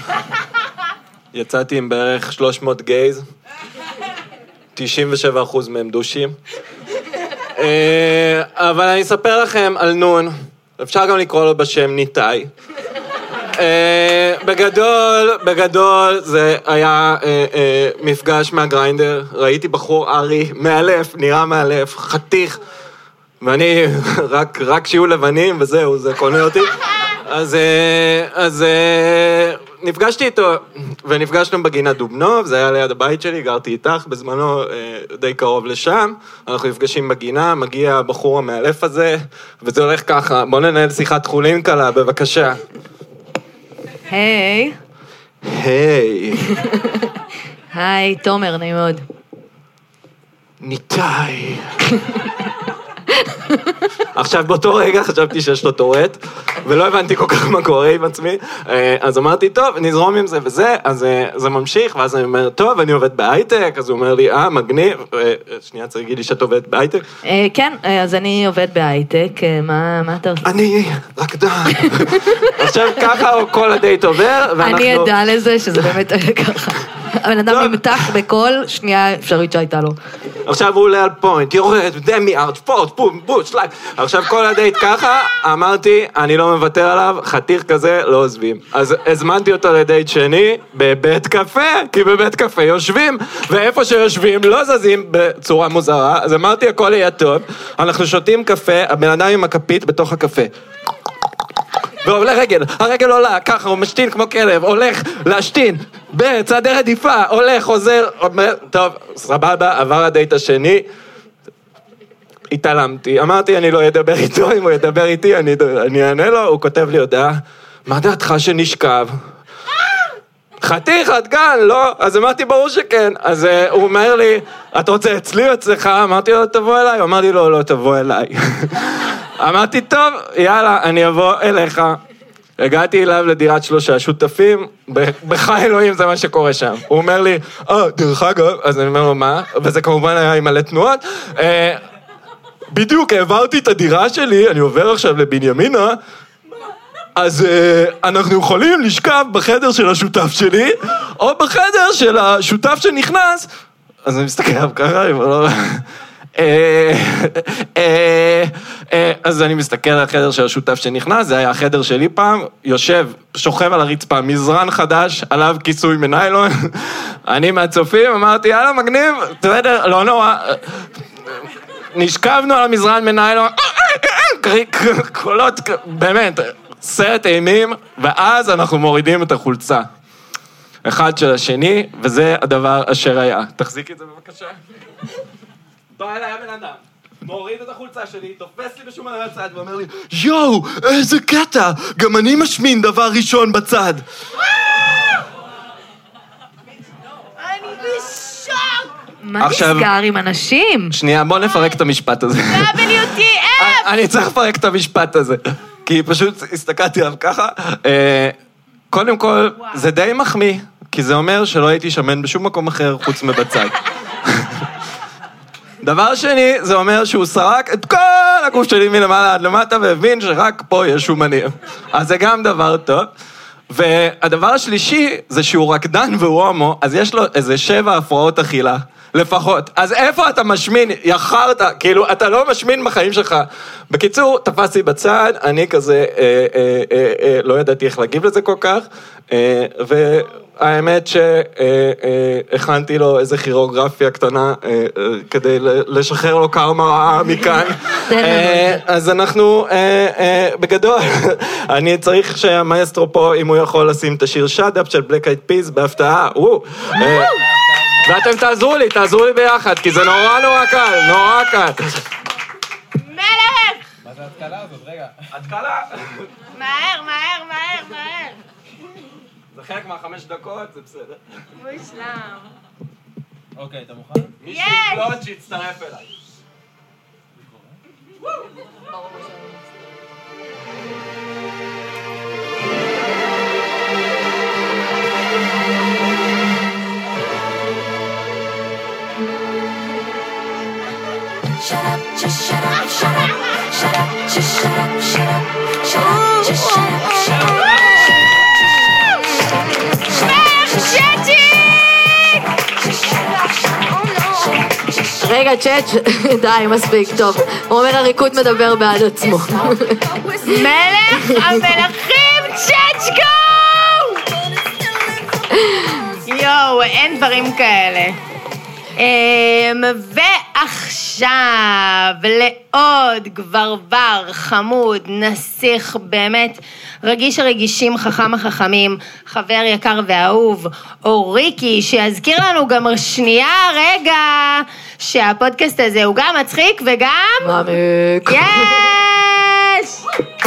G: יצאתי עם בערך 300 גייז. 97% מהם דושים. אבל אני אספר לכם על נון. אפשר גם לקרוא לו בשם ניטאי. בגדול זה היה מפגש מהגריינדר. ראיתי בחור ארי, מאלף, נראה מאלף, חתיך. ואני, רק שיהיו לבנים וזהו, זה קונה אותי. אז נפגשתי איתו, ונפגשנו בגינה דובנוב, זה היה ליד הבית שלי, גרתי איתך, בזמנו די קרוב לשם, אנחנו נפגשים בגינה, מגיע הבחור המאלף הזה, וזה הולך ככה, בוא ננהל שיחת חולין קלה, בבקשה.
A: היי.
G: היי.
A: היי, תומר, נעים מאוד.
G: ניטאי. עכשיו באותו רגע חשבתי שיש לו טורט, ולא הבנתי כל כך מה קורה עם עצמי, אז אמרתי, טוב, נזרום עם זה וזה, אז זה ממשיך, ואז אני אומר, טוב, אני עובד בהייטק, אז הוא אומר לי, מגניב, שנייה, צריך להגיד לי שאת עובד בהייטק?
A: כן, אז אני עובד בהייטק, מה אתה עושה?
G: אני רקדן. עכשיו ככה כל הדייט עובר, ואנחנו...
A: אני ידע לזה שזה באמת ככה. הבן אדם נמתח בכל שנייה אפשרית שהייתה לו.
G: עכשיו הוא עולה על פוינט, יורד, דמי ארט, פורט, בום, בוש, לייק. עכשיו כל הדייט ככה, אמרתי, אני לא מוותר עליו, חתיך כזה, לא עוזבים. אז הזמנתי אותו לדייט שני, בבית קפה, כי בבית קפה יושבים, ואיפה שיושבים לא זזים בצורה מוזרה, אז אמרתי, הכל יהיה טוב, אנחנו שותים קפה, הבן אדם עם הכפית בתוך הקפה. ועולה רגל, הרגל עולה, ככה, הוא משתין כמו כלב, הולך להשתין, בצעדי רדיפה, הולך, חוזר, אומר, טוב, סבבה, עבר הדייט השני, התעלמתי, אמרתי, אני לא אדבר איתו, אם הוא ידבר איתי, אני אענה לו, הוא כותב לי הודעה, מה דעתך שנשכב? חתיך, עד כאן, לא? אז אמרתי, ברור שכן. אז הוא אומר לי, את רוצה אצלי או אצלך? אמרתי לו, תבוא אליי. הוא אמר לי, לא, תבוא אליי. אמרתי, טוב, יאללה, אני אבוא אליך. הגעתי אליו לדירת 3 שותפים, בחי אלוהים זה מה שקורה שם. הוא אומר לי, דרך אגב, אז אני אומר לו, מה? וזה כמובן היה עם מלא תנועות. בדיוק, העברתי את הדירה שלי, אני עובר עכשיו לבנימינה, אז אנחנו יכולים לשכב בחדר של השותף שלי, או בחדר של השותף שנכנס, אז אני מסתכל עליו ככה, אז אני מסתכל על החדר של השותף שנכנס, זה היה החדר שלי פעם, יושב, שוכב על הרצפה, מזרן חדש, עליו כיסוי מניילון, אני מהצופים, אמרתי, יאללה, מגניב, בסדר, לא נורא, נשכבנו על המזרן מניילון, קולות, באמת, סרט אימים, ואז אנחנו מורידים את החולצה. אחד של השני, וזה הדבר אשר היה. תחזיקי את זה בבקשה. בא אליי הבן אדם, מוריד את החולצה שלי, תופס לי בשום דבר בצד ואומר לי, יואו, איזה קטע, גם אני משמין דבר ראשון בצד.
B: אני בשוק!
A: מה נסגר עם אנשים?
G: שנייה, בוא נפרק את המשפט הזה.
B: WTF!
G: אני צריך לפרק את המשפט הזה, כי פשוט הסתכלתי עליו ככה. קודם כל, זה די מחמיא, כי זה אומר שלא הייתי שמן בשום מקום אחר חוץ מבצד. דבר שני, זה אומר שהוא סרק את כל הגוף שלי מלמעלה עד למטה, והבין שרק פה יש שומנים. אז זה גם דבר טוב. והדבר השלישי, זה שהוא רקדן והוא הומו, אז יש לו איזה 7 הפרעות אכילה. לפחות. אז איפה אתה משמין? יחרת, כאילו, אתה לא משמין בחיים שלך. בקיצור, תפסתי בצד, אני כזה, לא ידעתי איך להגיב לזה כל כך, והאמת שהכנתי לו איזה כירוגרפיה קטנה, כדי לשחרר לו קרמה רעה מכאן. אז אנחנו, בגדול, אני צריך שהמאסטרו פה, אם הוא יכול לשים את השיר שדאפ של בלק אייד פיז, בהפתעה, ואתם תעזרו לי ביחד, כי זה נורא קל, נורא קל.
B: מלך!
C: מה זה התקלה הזאת? רגע.
G: התקלה.
B: מהר.
G: זה חלק מה5 דקות, זה בסדר.
B: מושלם.
C: אוקיי, אתה מוכן?
G: מי שיקלוט שיצטרף אליי.
H: Shut up, just shut up, shut up, shut up, just shut up, shut up, shut up, just shut up, shut up.
A: רגע, צ'אץ', די, מספיק, טוב. הוא אומר, הריקוד מדבר בעד עצמו.
B: מלך המלכים צ'צ'קו! יואו, אין דברים כאלה. ועכשיו לעוד גברבר חמוד, נסיך, באמת רגיש הרגישים, חכם החכמים, חבר יקר ואהוב, אוריקי, שיזכיר לנו גם שנייה רגע שהפודקאסט הזה הוא גם מצחיק וגם
A: מעמיק.
B: יש!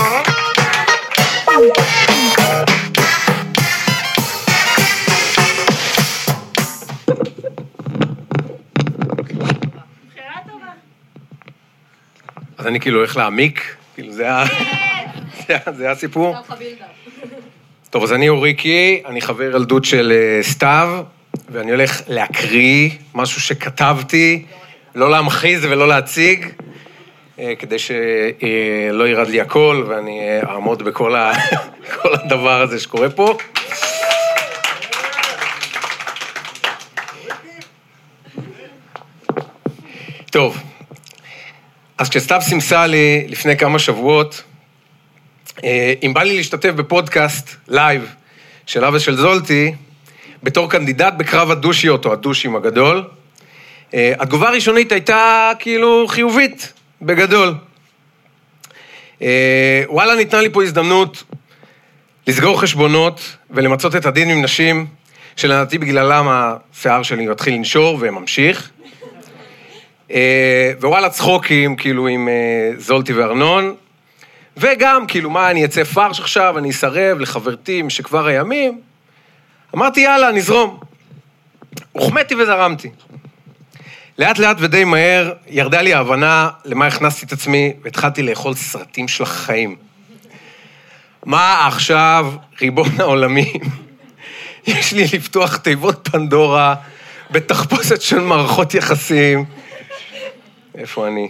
I: אז אני כאילו הולך להעמיק, כאילו זה הסיפור. טוב, אז אני אוריקי, אני חבר ילדות של סתיו, ואני הולך להקריא משהו שכתבתי, לא להמחיז ולא להציג, כדי שלא ירד לי הכל, ואני אעמוד בכל הדבר הזה שקורה פה. טוב. אז כשסתיו סימסה לי לפני כמה שבועות, אם בא לי להשתתף בפודקאסט לייב של אבא של זולטי, בתור קנדידט בקרב הדושיות או הדושים הגדול, התגובה הראשונית הייתה כאילו חיובית, בגדול. וואלה, ניתנה לי פה הזדמנות לסגור חשבונות ולמצות את הדין עם נשים, שלדעתי בגללם השיער שלי מתחיל לנשור וממשיך. ווואלה צחוקים, כאילו עם זולטי וארנון, וגם כאילו מה, אני אצא פרש עכשיו, אני אסרב לחברתי משכבר הימים, אמרתי יאללה, נזרום. הוחמאתי וזרמתי. לאט לאט ודי מהר ירדה לי ההבנה למה הכנסתי את עצמי, והתחלתי לאכול סרטים של החיים. מה עכשיו, ריבון העולמים, יש לי לפתוח תיבות פנדורה, בתחפושת של מערכות יחסים, איפה אני?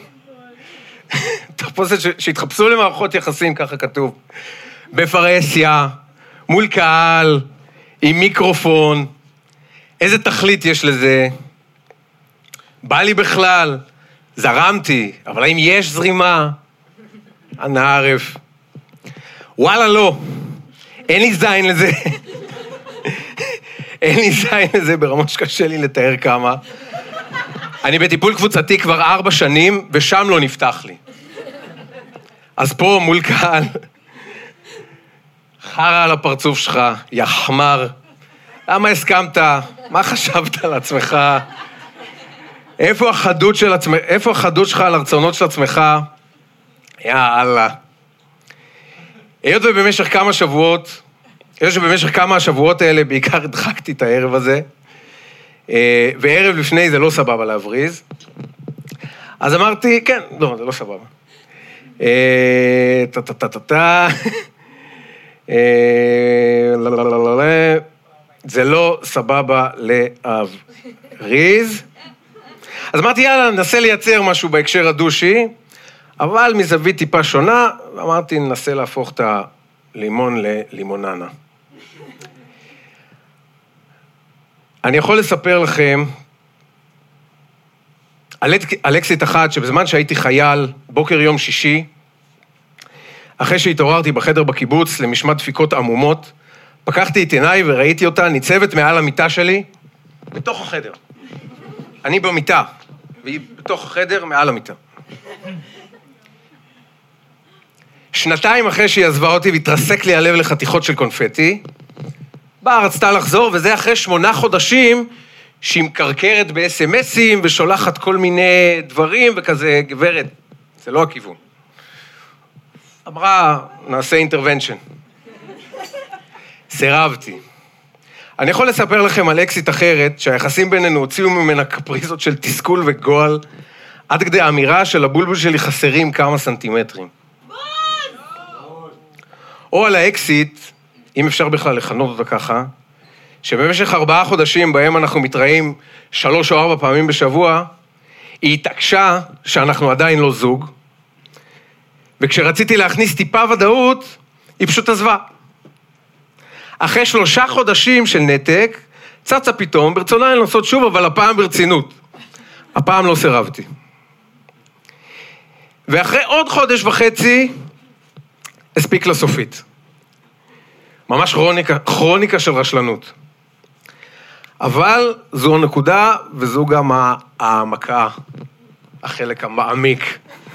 I: תחפושת שהתחפשו למערכות יחסים, ככה כתוב. בפרהסיה, מול קהל, עם מיקרופון. איזה תכלית יש לזה? בא לי בכלל, זרמתי, אבל האם יש זרימה? אנא ערף. וואלה לא, אין לי זין לזה. אין לי זין לזה ברמה שקשה לי לתאר כמה. אני בטיפול קבוצתי כבר 4 שנים, ושם לא נפתח לי. אז פה מול קהל, חרה על הפרצוף שלך, יא חמר. למה הסכמת? מה חשבת על עצמך? איפה החדות שלך על הרצונות של עצמך? יאללה. היות ובמשך כמה השבועות האלה בעיקר הדחקתי את הערב הזה, וערב לפני זה לא סבבה להבריז, אז אמרתי, כן, לא, זה לא סבבה. זה לא סבבה להבריז. אז אמרתי, יאללה, ננסה לייצר משהו בהקשר הדושי, אבל מזווית טיפה שונה, אמרתי, ננסה להפוך את הלימון ללימוננה. אני יכול לספר לכם על אקסיט אחת, שבזמן שהייתי חייל, בוקר יום שישי, אחרי שהתעוררתי בחדר בקיבוץ למשמע דפיקות עמומות, פקחתי את עיניי וראיתי אותה ניצבת מעל המיטה שלי, בתוך החדר. אני במיטה, והיא בתוך החדר מעל המיטה. 2 אחרי שהיא עזבה אותי והתרסק לי הלב לחתיכות של קונפטי, באה רצתה לחזור, וזה אחרי 8 חודשים שהיא מקרקרת ב-SMS'ים ושולחת כל מיני דברים, וכזה, גברת, זה לא הכיוון. אמרה, נעשה אינטרוונשן. סירבתי. אני יכול לספר לכם על אקסיט אחרת, שהיחסים בינינו הוציאו ממנה קפריזות של תסכול וגועל, עד כדי האמירה של הבולבול שלי חסרים כמה סנטימטרים. או על האקסיט, אם אפשר בכלל לכנות אותה ככה, שבמשך 4 חודשים בהם אנחנו מתראים 3 או 4 פעמים בשבוע, היא התעקשה שאנחנו עדיין לא זוג, וכשרציתי להכניס טיפה ודאות, היא פשוט עזבה. אחרי 3 חודשים של נתק, צצה פתאום, ברצונה לנסות שוב, אבל הפעם ברצינות. הפעם לא סירבתי. ואחרי עוד 1.5 חודשים, הספיק לסופית. ממש כרוניקה של רשלנות. אבל זו הנקודה, וזו גם העמקה, החלק המעמיק.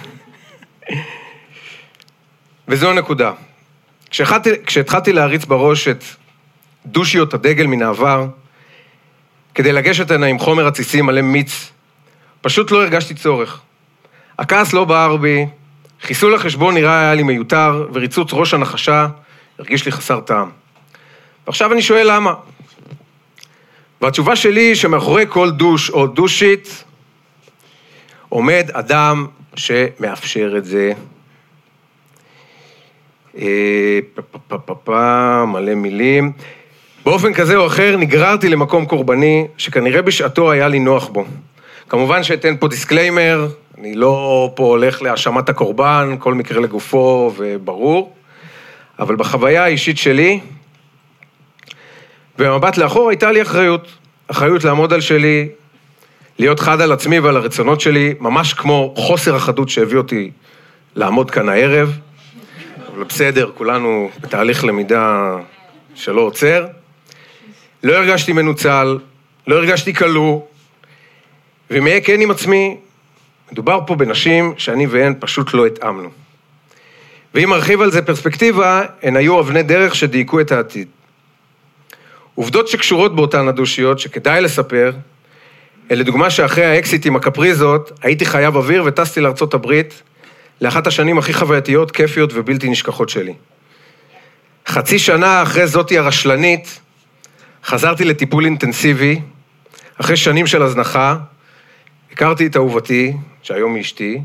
I: וזו הנקודה. כשהתחלתי להריץ בראש את דושיות הדגל מן העבר, כדי לגשת הנה עם חומר עציסי מלא מיץ, פשוט לא הרגשתי צורך. הכעס לא בער בי, חיסול החשבון נראה היה לי מיותר, וריצוץ ראש הנחשה הרגיש לי חסר טעם. ועכשיו אני שואל למה. והתשובה שלי שמאחורי כל דוש או דושית, עומד אדם שמאפשר את זה. מלא מילים. באופן כזה או אחר נגררתי למקום קורבני, שכנראה בשעתו היה לי נוח בו. כמובן שאתן פה דיסקליימר, אני לא פה הולך להאשמת הקורבן, כל מקרה לגופו וברור, אבל בחוויה האישית שלי, במבט לאחור הייתה לי אחריות לעמוד על שלי, להיות חד על עצמי ועל הרצונות שלי, ממש כמו חוסר החדות שהביא אותי לעמוד כאן הערב, אבל בסדר, כולנו בתהליך למידה שלא עוצר. לא הרגשתי מנוצל, לא הרגשתי כלוא, ומהיה כן עם עצמי, מדובר פה בנשים שאני והן פשוט לא התאמנו. ואם ארחיב על זה פרספקטיבה, הן היו אבני דרך שדייקו את העתיד. עובדות שקשורות באותן הדושיות שכדאי לספר, אלה דוגמה שאחרי האקסיט עם הקפריזות, הייתי חייב אוויר וטסתי לארצות הברית, לאחת השנים הכי חווייתיות, כיפיות ובלתי נשכחות שלי. 0.5 שנה אחרי זאתי הרשלנית, חזרתי לטיפול אינטנסיבי, אחרי שנים של הזנחה, הכרתי את אהובתי, שהיום היא אשתי,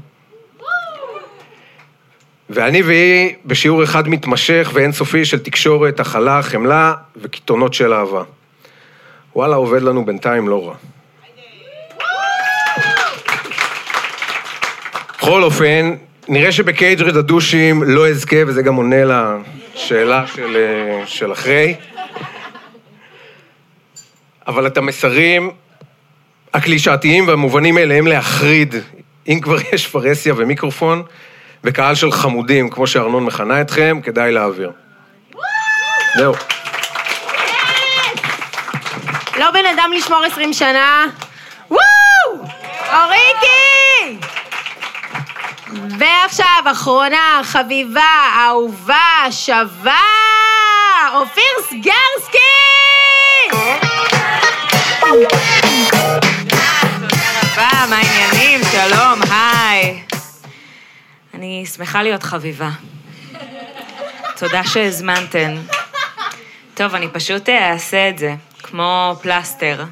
I: ואני והיא בשיעור אחד מתמשך ואינסופי של תקשורת, הכלה, חמלה וקיתונות של אהבה. וואלה, עובד לנו בינתיים לא רע. בכל אופן, נראה שבקייג'רד הדושים לא אזכה, וזה גם עונה לשאלה של אחרי. אבל את המסרים הקלישאתיים והמובנים אליהם להחריד, אם כבר יש פרסיה ומיקרופון, וקהל של חמודים, כמו שארנון מכנה אתכם, כדאי להעביר. זהו.
B: לא בן אדם לשמור 20 שנה. וואו! אוריקי! ועכשיו, אחרונה, חביבה, אהובה, שווה, אופיר סגרסקי!
D: תודה רבה, מה
J: שמחה להיות חביבה. תודה שהזמנתן. טוב, אני פשוט אעשה את זה, כמו פלסטר.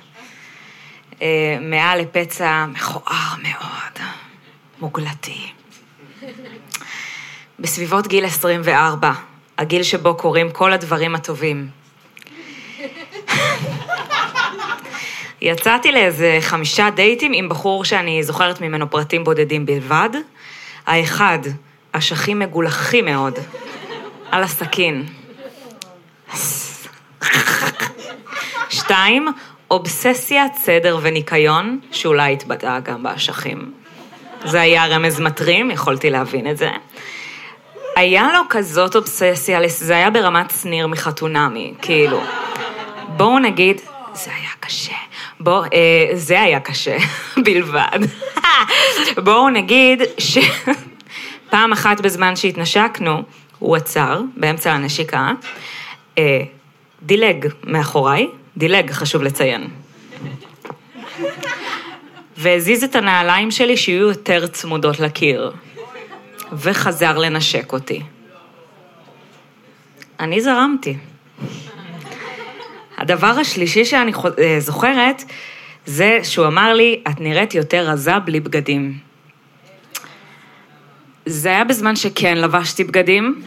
J: מעל לפצע מכוער מאוד, מוגלתי. בסביבות גיל 24, הגיל שבו קורים כל הדברים הטובים. יצאתי לאיזה 5 דייטים עם בחור שאני זוכרת ממנו פרטים בודדים בלבד. האחד, אשכים מגולחים מאוד, על הסכין. 2, אובססיית סדר וניקיון, שאולי התבטאה גם באשכים. זה היה רמז מטרים, יכולתי להבין את זה. היה לו כזאת אובססיה, זה היה ברמת שניר מחתונמי, כאילו. בואו נגיד, זה היה קשה. זה היה קשה, בלבד. בואו נגיד שפעם אחת בזמן שהתנשקנו, הוא עצר, באמצע הנשיקה, דילג מאחוריי, דילג, חשוב לציין. והזיז את הנעליים שלי שיהיו יותר צמודות לקיר, וחזר לנשק אותי. אני זרמתי. הדבר השלישי שאני זוכרת, זה שהוא אמר לי, את נראית יותר רזה בלי בגדים. זה היה בזמן שכן לבשתי בגדים.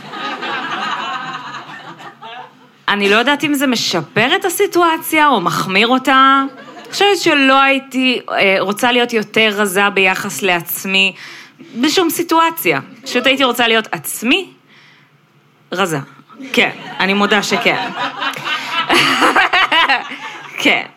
J: אני לא יודעת אם זה משפר את הסיטואציה או מחמיר אותה. אני חושבת שלא הייתי רוצה להיות יותר רזה ביחס לעצמי בשום סיטואציה. פשוט הייתי רוצה להיות עצמי רזה. כן, אני מודה שכן. כן.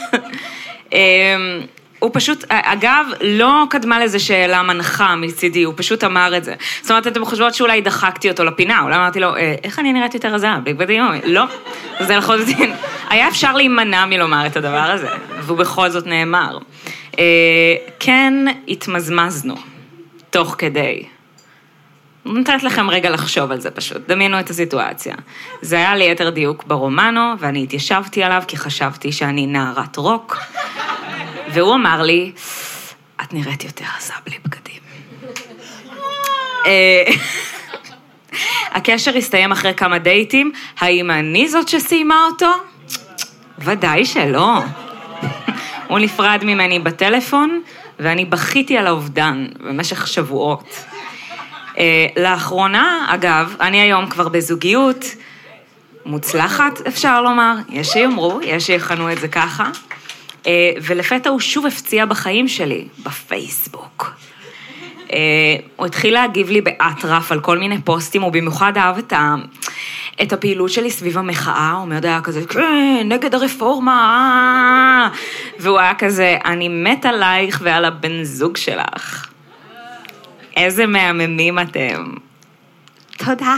J: הוא פשוט, אגב, לא קדמה לזה שאלה מנחה מצידי, הוא פשוט אמר את זה. זאת אומרת, אתם חושבות שאולי דחקתי אותו לפינה, אולי אמרתי לו, איך אני נראית יותר רזה? בגבדים? לא, זה לחלוטין. היה אפשר להימנע מלומר את הדבר הזה, והוא בכל זאת נאמר. כן, התמזמזנו, תוך כדי. נתת לכם רגע לחשוב על זה פשוט, דמיינו את הסיטואציה. זה היה ליתר דיוק ברומנו, ואני התיישבתי עליו כי חשבתי שאני נערת רוק, והוא אמר לי, את נראית יותר רזה בלי בגדים. הקשר הסתיים אחרי כמה דייטים, האם אני זאת שסיימה אותו? ודאי שלא. הוא נפרד ממני בטלפון, ואני בכיתי על האובדן במשך שבועות. לאחרונה, אגב, אני היום כבר בזוגיות מוצלחת, אפשר לומר, יש שיאמרו, יש שיכנו את זה ככה, ולפתע הוא שוב הפציע בחיים שלי, בפייסבוק. הוא התחיל להגיב לי באטרף על כל מיני פוסטים, הוא במיוחד אהב את הפעילות שלי סביב המחאה, הוא מאוד היה כזה, כן, נגד הרפורמה, והוא היה כזה, אני מת עלייך ועל הבן זוג שלך. איזה מהממים אתם. תודה.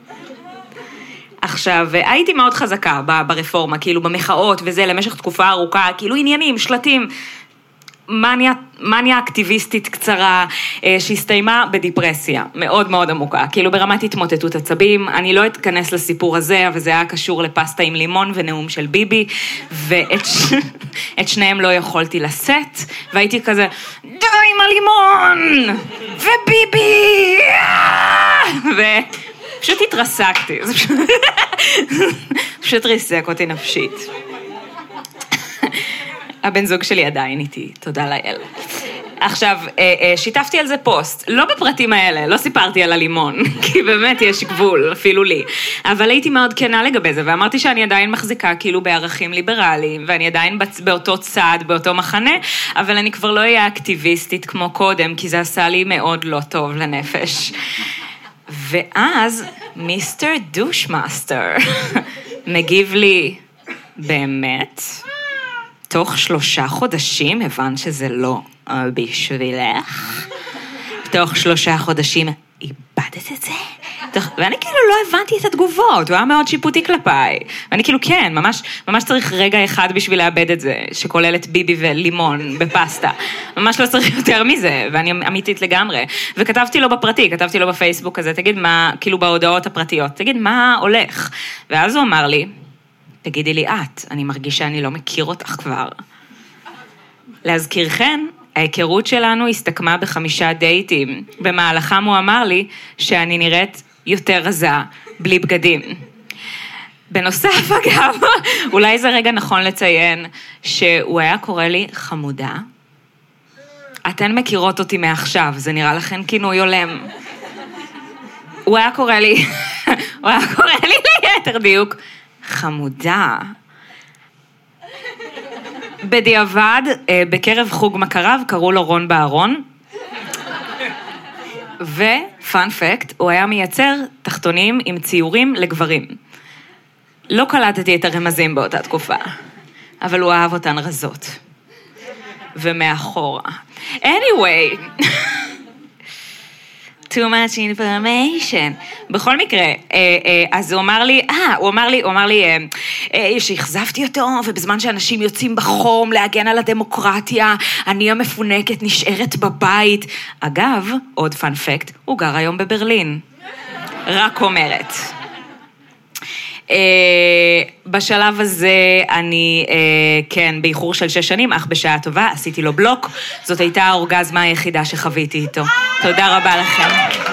J: עכשיו, הייתי מאוד חזקה ברפורמה, כאילו במחאות וזה, למשך תקופה ארוכה, כאילו עניינים, שלטים, מניה אקטיביסטית קצרה, שהסתיימה בדיפרסיה, מאוד מאוד עמוקה, כאילו ברמת התמוטטות עצבים, אני לא אתכנס לסיפור הזה, אבל זה היה קשור לפסטה עם לימון ונאום של ביבי, ואת שניהם לא יכולתי לשאת, והייתי כזה, די עם הלימון, וביבי, ופשוט התרסקתי, זה פשוט ריסק אותי נפשית. הבן זוג שלי עדיין איתי, תודה לאל. עכשיו, שיתפתי על זה פוסט, לא בפרטים האלה, לא סיפרתי על הלימון, כי באמת יש גבול, אפילו לי, אבל הייתי מאוד כנה לגבי זה, ואמרתי שאני עדיין מחזיקה כאילו בערכים ליברליים, ואני עדיין באותו צד, באותו מחנה, אבל אני כבר לא אהיה אקטיביסטית כמו קודם, כי זה עשה לי מאוד לא טוב לנפש. ואז מיסטר דושמאסטר מגיב לי, באמת? תוך 3 חודשים הבנת שזה לא בשבילך. תוך 3 חודשים איבדת את זה. ואני כאילו לא הבנתי את התגובות, הוא היה מאוד שיפוטי כלפיי. ואני כאילו כן, ממש צריך רגע אחד בשביל לאבד את זה, שכולל את ביבי ולימון בפסטה. ממש לא צריך יותר מזה, ואני אמיתית לגמרי. וכתבתי לו בפרטי, כתבתי לו בפייסבוק הזה, תגיד מה, כאילו בהודעות הפרטיות, תגיד מה הולך. ואז הוא אמר לי, תגידי לי את, אני מרגיש שאני לא מכיר אותך כבר. להזכירכן, ההיכרות שלנו הסתכמה ב5 דייטים. במהלכם הוא אמר לי שאני נראית יותר רזה, בלי בגדים. בנוסף, אגב, אולי זה רגע נכון לציין שהוא היה קורא לי חמודה. אתן מכירות אותי מעכשיו, זה נראה לכן כינוי הולם. הוא היה קורא לי ליתר דיוק, חמודה. בדיעבד, בקרב חוג מכריו, קראו לו רון בארון. ופאנ פקט, הוא היה מייצר תחתונים עם ציורים לגברים. לא קלטתי את הרמזים באותה תקופה, אבל הוא אהב אותן רזות. ומאחורה. Anyway, too much information. בכל מקרה, אז הוא אמר לי שהחזבתי אותו, ובזמן שאנשים יוצאים בחום להגן על הדמוקרטיה, אני המפונקת נשארת בבית. אגב, עוד פאנ פקט, הוא גר היום בברלין. רק אומרת. בשלב הזה אני, כן, באיחור של 6 שנים, אך בשעה טובה, עשיתי לו בלוק. זאת הייתה האורגזמה היחידה שחוויתי איתו. תודה רבה לכם.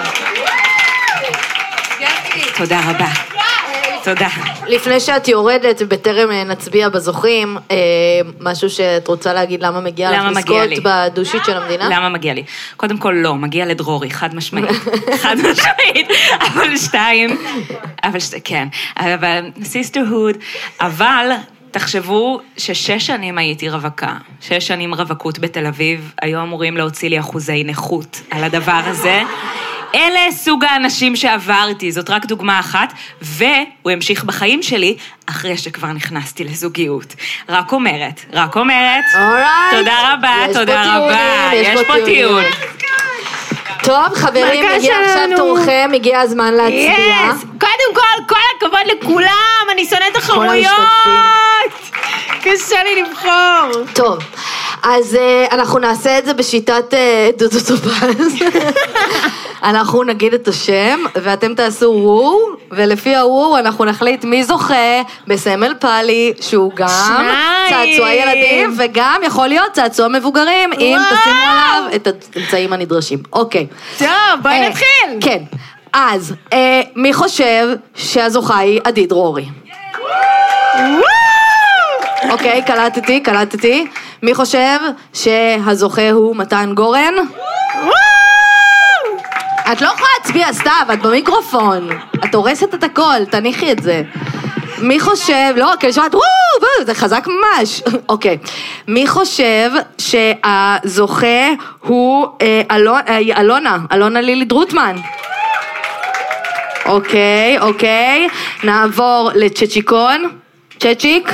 J: תודה רבה. תודה.
A: לפני שאת יורדת, בטרם נצביע בזוכים, משהו שאת רוצה להגיד למה מגיע לך לזכות בדושית של המדינה?
J: למה מגיע לי? קודם כל לא, מגיע לדרורי, חד משמעית. חד משמעית, כן, אבל sisterhood, אבל תחשבו ש6 שנים הייתי רווקה, 6 שנים רווקות בתל אביב, היו אמורים להוציא לי אחוזי נכות על הדבר הזה. אלה סוג האנשים שעברתי, זאת רק דוגמה אחת, והוא המשיך בחיים שלי אחרי שכבר נכנסתי לזוגיות. רק אומרת. תודה רבה. יש פה טיעון.
A: טוב, חברים, הגיע עכשיו תורכם, הגיע הזמן להצביע.
B: קודם כל הכבוד לכולם, אני שונאת תחרויות. קשה לי לבחור.
A: טוב, אז אנחנו נעשה את זה בשיטת דודו טופז. אנחנו נגיד את השם, ואתם תעשו וואו, ולפי הוואו אנחנו נחליט מי זוכה בסמל פלי, שהוא גם צעצוע ילדים, וגם יכול להיות צעצוע מבוגרים, אם תשימו עליו את האמצעים הנדרשים. אוקיי.
B: טוב, בואי נתחיל.
A: כן. אז, מי חושב שהזוכה היא עדי דרורי? אוקיי, קלטתי. מי חושב שהזוכה הוא מתן גורן? את לא יכולה להצביע סתיו, את במיקרופון. את הורסת את הכל, תניחי את זה. מי חושב, לא, כי שמעת, זה חזק ממש. אוקיי. מי חושב שהזוכה הוא אלונה לילי דרוטמן? אוקיי. נעבור לצ'צ'יקון. צ'צ'יק.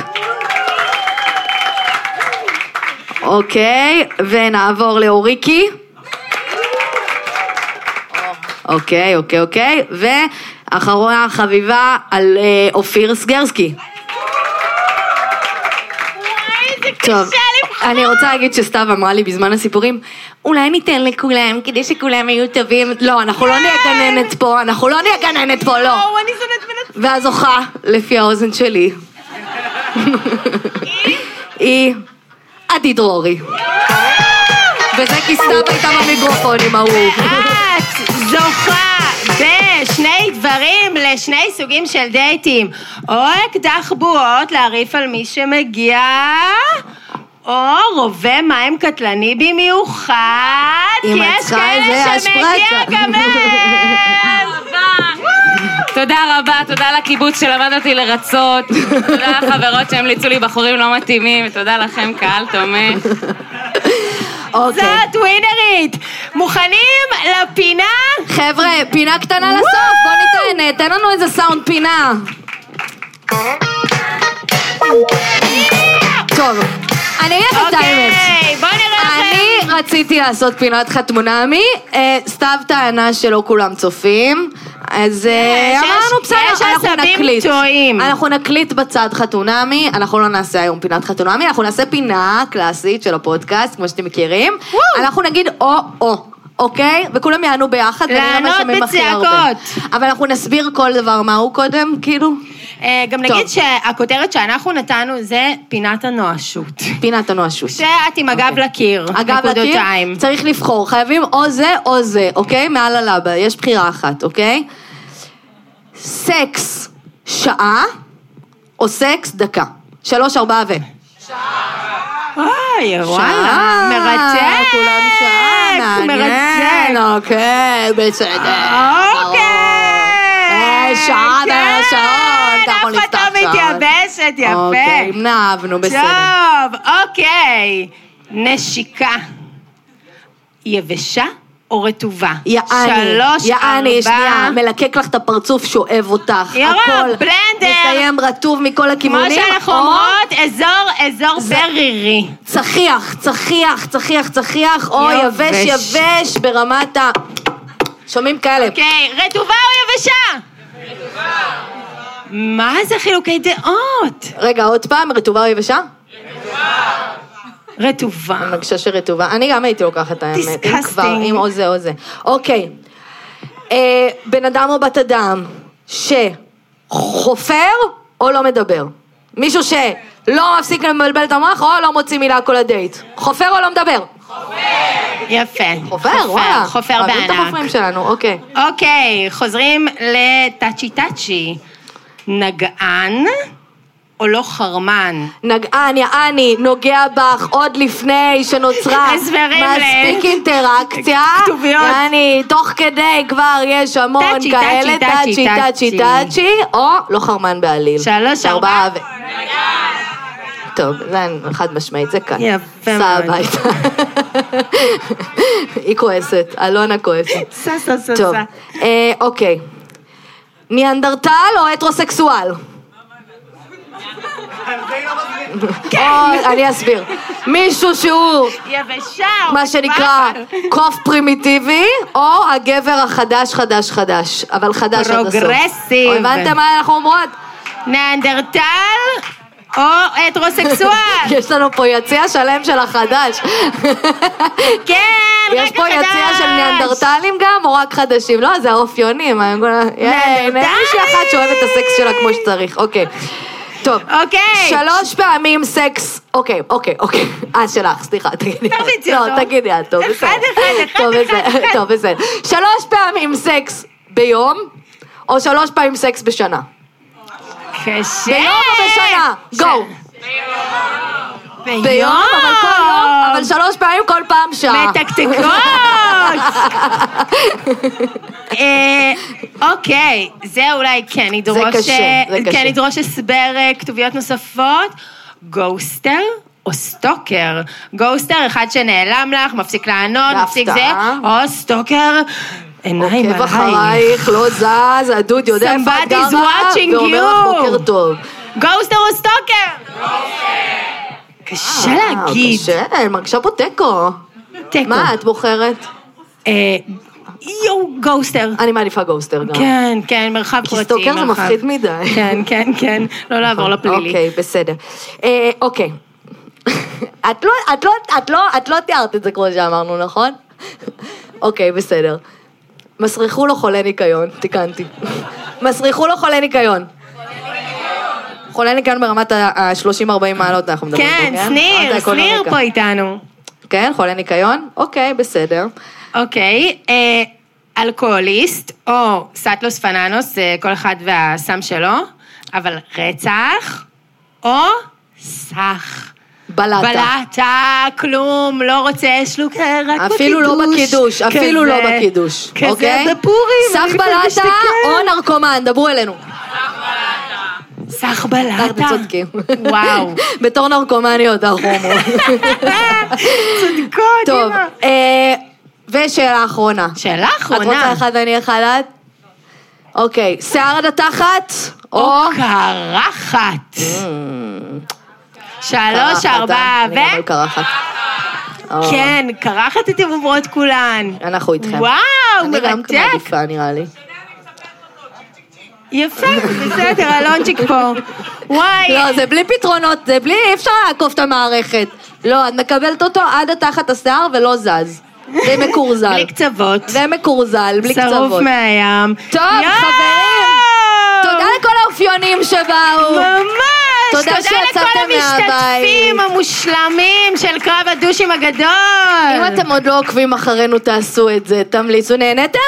A: אוקיי, ונעבור לאוריקי. אוקיי, ואחרונה חביבה על אופיר סגרסקי. טוב, אני רוצה להגיד שסתיו אמרה לי בזמן הסיפורים, אולי ניתן לכולם כדי שכולם יהיו טובים. לא, אנחנו לא נהיה גננת פה, לא. והזוכה, לפי האוזן שלי, היא עדי דרורי. וזה כי סתיו הייתה במיקרופון עם ההוא.
B: את זוכה בשני דברים לשני סוגים של דייטים. או אקדח בועות להריף על מי שמגיע, או רובה מים קטלני במיוחד, כי יש כאלה שמגיע גם להם.
D: תודה לקיבוץ שלמד אותי לרצות, תודה לחברות שהמליצו לי בחורים לא מתאימים, תודה לכם קהל תומך.
B: זאת ווינרית. מוכנים לפינה?
A: חבר'ה, פינה קטנה לסוף, בוא ניתן, תן לנו איזה סאונד פינה. טוב, אני אגיד את האמת.
B: בוא נראה לכם.
A: אני רציתי לעשות פינת חתונמי, סתיו טענה שלא כולם צופים, אז אמרנו בסדר, אנחנו נקליט בצד חתונמי, אנחנו לא נעשה היום פינת חתונמי, אנחנו נעשה פינה קלאסית של הפודקאסט, כמו שאתם מכירים, אנחנו נגיד או, אוקיי? וכולם יענו ביחד, ונראה מה שומעים הכי הרבה. אבל אנחנו נסביר כל דבר מהו קודם, כאילו?
B: גם נגיד שהכותרת שאנחנו נתנו זה פינת הנואשות.
A: פינת הנואשות.
B: שאת עם הגב לקיר.
A: הגב לקיר, צריך לבחור, חייבים או זה או זה, אוקיי? מעל הלבה, יש בחירה אחת, אוקיי? סקס שעה או סקס דקה. 3, 4 ו...
B: וואי, וואלה, מרתק.
A: כולם שעה, מעניין, אוקיי, בסדר.
B: אוקיי.
A: שעה והשעות, אנחנו נפתח שעות.
B: מתייבשת, יפה.
A: אוקיי, נאבנו, בסדר.
B: טוב, אוקיי. נשיקה. יבשה או רטובה?
A: יעני, שנייה, מלקק לך את הפרצוף, שואב אותך.
B: ירוק, בלנדר.
A: מסיים רטוב מכל הכיוונים.
B: כמו שאנחנו אומרות, אזור ברירי.
A: צחיח, או יבש ברמת ה... שומעים כאלה.
B: אוקיי, רטובה או יבשה? רטובה. מה זה חילוקי דעות?
A: רגע, עוד פעם, רטובה או יבשה?
B: רטובה.
A: אני מרגישה שרטובה. אני גם הייתי לוקחת את האמת. אם כבר, אם או זה או זה. אוקיי. בן אדם או בת אדם שחופר או לא מדבר? מישהו שלא מפסיק לבלבל את המוח או לא מוציא מילה כל הדייט? חופר או לא מדבר?
B: יפה.
A: חופר, וואלה.
B: חופר בענק.
A: אוהבים את החופרים שלנו, אוקיי.
B: אוקיי, חוזרים לטאצ'י. נגען או לא חרמן?
A: נגען, יעני, נוגע בך עוד לפני שנוצרה מספיק אינטראקציה.
B: כתוביות.
A: יעני, תוך כדי כבר יש המון כאלה, טאצ'י, או לא חרמן בעליל.
B: 3, 4 ו...
A: טוב, זה חד משמעית, זה כאן.
B: יפה מאוד.
A: סע הביתה. היא כועסת, אלונה כועסת.
B: סע.
A: טוב, אוקיי. ניאנדרטל או הטרוסקסואל? אני אסביר. מישהו שהוא מה שנקרא קוף פרימיטיבי, או הגבר החדש, אבל חדש עד הסוף.
B: פרוגרסיב.
A: הבנתם מה אנחנו אומרות?
B: ניאנדרטל או הטרוסקסואל.
A: יש לנו פה יציע שלם של החדש.
B: כן,
A: יש פה יציע של ניאנדרטלים גם, או רק חדשים? לא, זה האופיונים. מישהי אחת שאוהב את הסקס שלה כמו שצריך. אוקיי. טוב.
B: אוקיי.
A: 3 פעמים סקס. אוקיי. שלך, סליחה, תגידי.
B: תרביצי אותו.
A: לא, תגידי, טוב, בסדר.
B: אחד.
A: טוב, בסדר. 3 פעמים סקס ביום, או 3 פעמים סקס בשנה?
B: קשה.
A: ביום או בשנה? גו.
B: ביום,
A: אבל כל יום, אבל 3 פעמים כל פעם שעה.
B: מתקתקות. אוקיי, זה אולי כן ידרוש הסבר כתוביות נוספות. גוסטר או סטוקר? גוסטר, אחד שנעלם לך, מפסיק לענות, מפסיק זה, או סטוקר, עיניים
A: עוקב אחרייך, לא זז, הדוד יודע איפה את גרה, ואומר לך בוקר טוב.
B: גוסטר או סטוקר? קשה להגיד.
A: קשה, אני מרגישה פה תיקו. מה את בוחרת?
B: גוסטר.
A: אני מעדיפה גוסטר גם.
B: כן, מרחב פרטי.
A: כי סטוקר זה מפחיד מדי.
B: כן, לא לעבור לפלילי.
A: אוקיי, בסדר. אוקיי. את לא תיארת את זה כמו שאמרנו, נכון? אוקיי, בסדר. מסריחו לו חולה ניקיון, תיקנתי. מסריחו לו חולה ניקיון. חולה ניקיון ברמת ה-30-40 מעלות אנחנו מדברים.
B: כן, שניר פה איתנו.
A: כן, חולה ניקיון? אוקיי, בסדר.
B: אוקיי, אלכוהוליסט, או סטלוס פננוס, כל אחד והסם שלו, אבל רצח, או סך. בלטה, כלום, לא רוצה, שלוק, רק בקידוש.
A: אפילו לא בקידוש.
B: כזה בפורים.
A: סך בלטה או נרקומן, דברו אלינו.
B: סך בלטה.
A: אתם צודקים.
B: וואו.
A: בתור נרקומניות, אנחנו אומרות.
B: צודקות,
A: טוב, ושאלה אחרונה.
B: את
A: רוצה אחד ואני אחד? אוקיי, שיער עד התחת, או
B: קרחת. 3, 4,
A: אני גם על קרחת.
B: כן, קרחת אתם אומרות כולן.
A: אנחנו איתכם.
B: וואו, מרתק.
A: אני גם מעדיפה, נראה לי.
B: יפה, בסדר, אלונצ'יק פה. וואי.
A: לא, זה בלי פתרונות, זה בלי, אי אפשר לעקוף את המערכת. לא, את מקבלת אותו עד התחת השיער ולא זז. זה מקורזל.
B: בלי קצוות.
A: זה מקורזל, בלי קצוות.
B: שרוף מהים.
A: טוב, חברים. תודה לכל האפיונים שבאו.
B: ממש!
A: תודה
B: תודה
A: שיצאתם
B: לכל המשתתפים
A: מהבית.
B: המושלמים של קרב הדושים הגדול.
A: אם אתם עוד לא עוקבים אחרינו, תעשו את זה. תמליצו, נהנתם?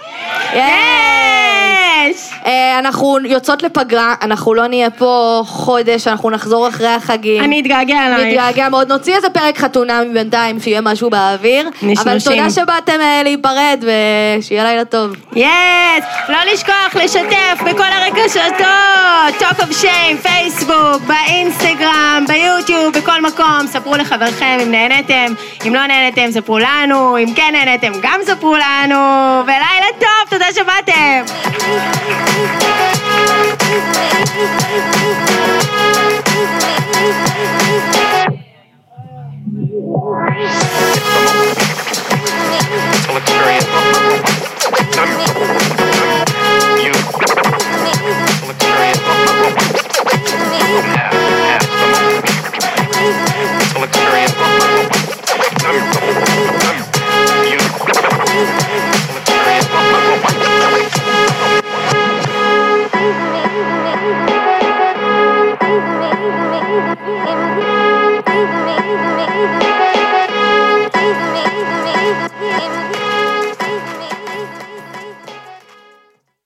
B: יש!
A: אנחנו יוצאות לפגרה, אנחנו לא נהיה פה חודש, אנחנו נחזור אחרי החגים.
B: אני אתגעגע עלייך.
A: נתגעגע מאוד, נוציא איזה פרק חתונה בינתיים, שיהיה משהו באוויר.
B: נשנושים.
A: אבל תודה שבאתם להיפרד, ושיהיה לילה טוב.
B: יס! לא לשכוח לשתף בכל הרקשתות, טוק אוף שיים, פייסבוק, באינסטגרם, ביוטיוב, בכל מקום. ספרו לחברכם אם נהנתם, אם לא נהנתם ספרו לנו, אם כן נהנתם גם ספרו לנו, ולילה טוב, תודה שבאתם.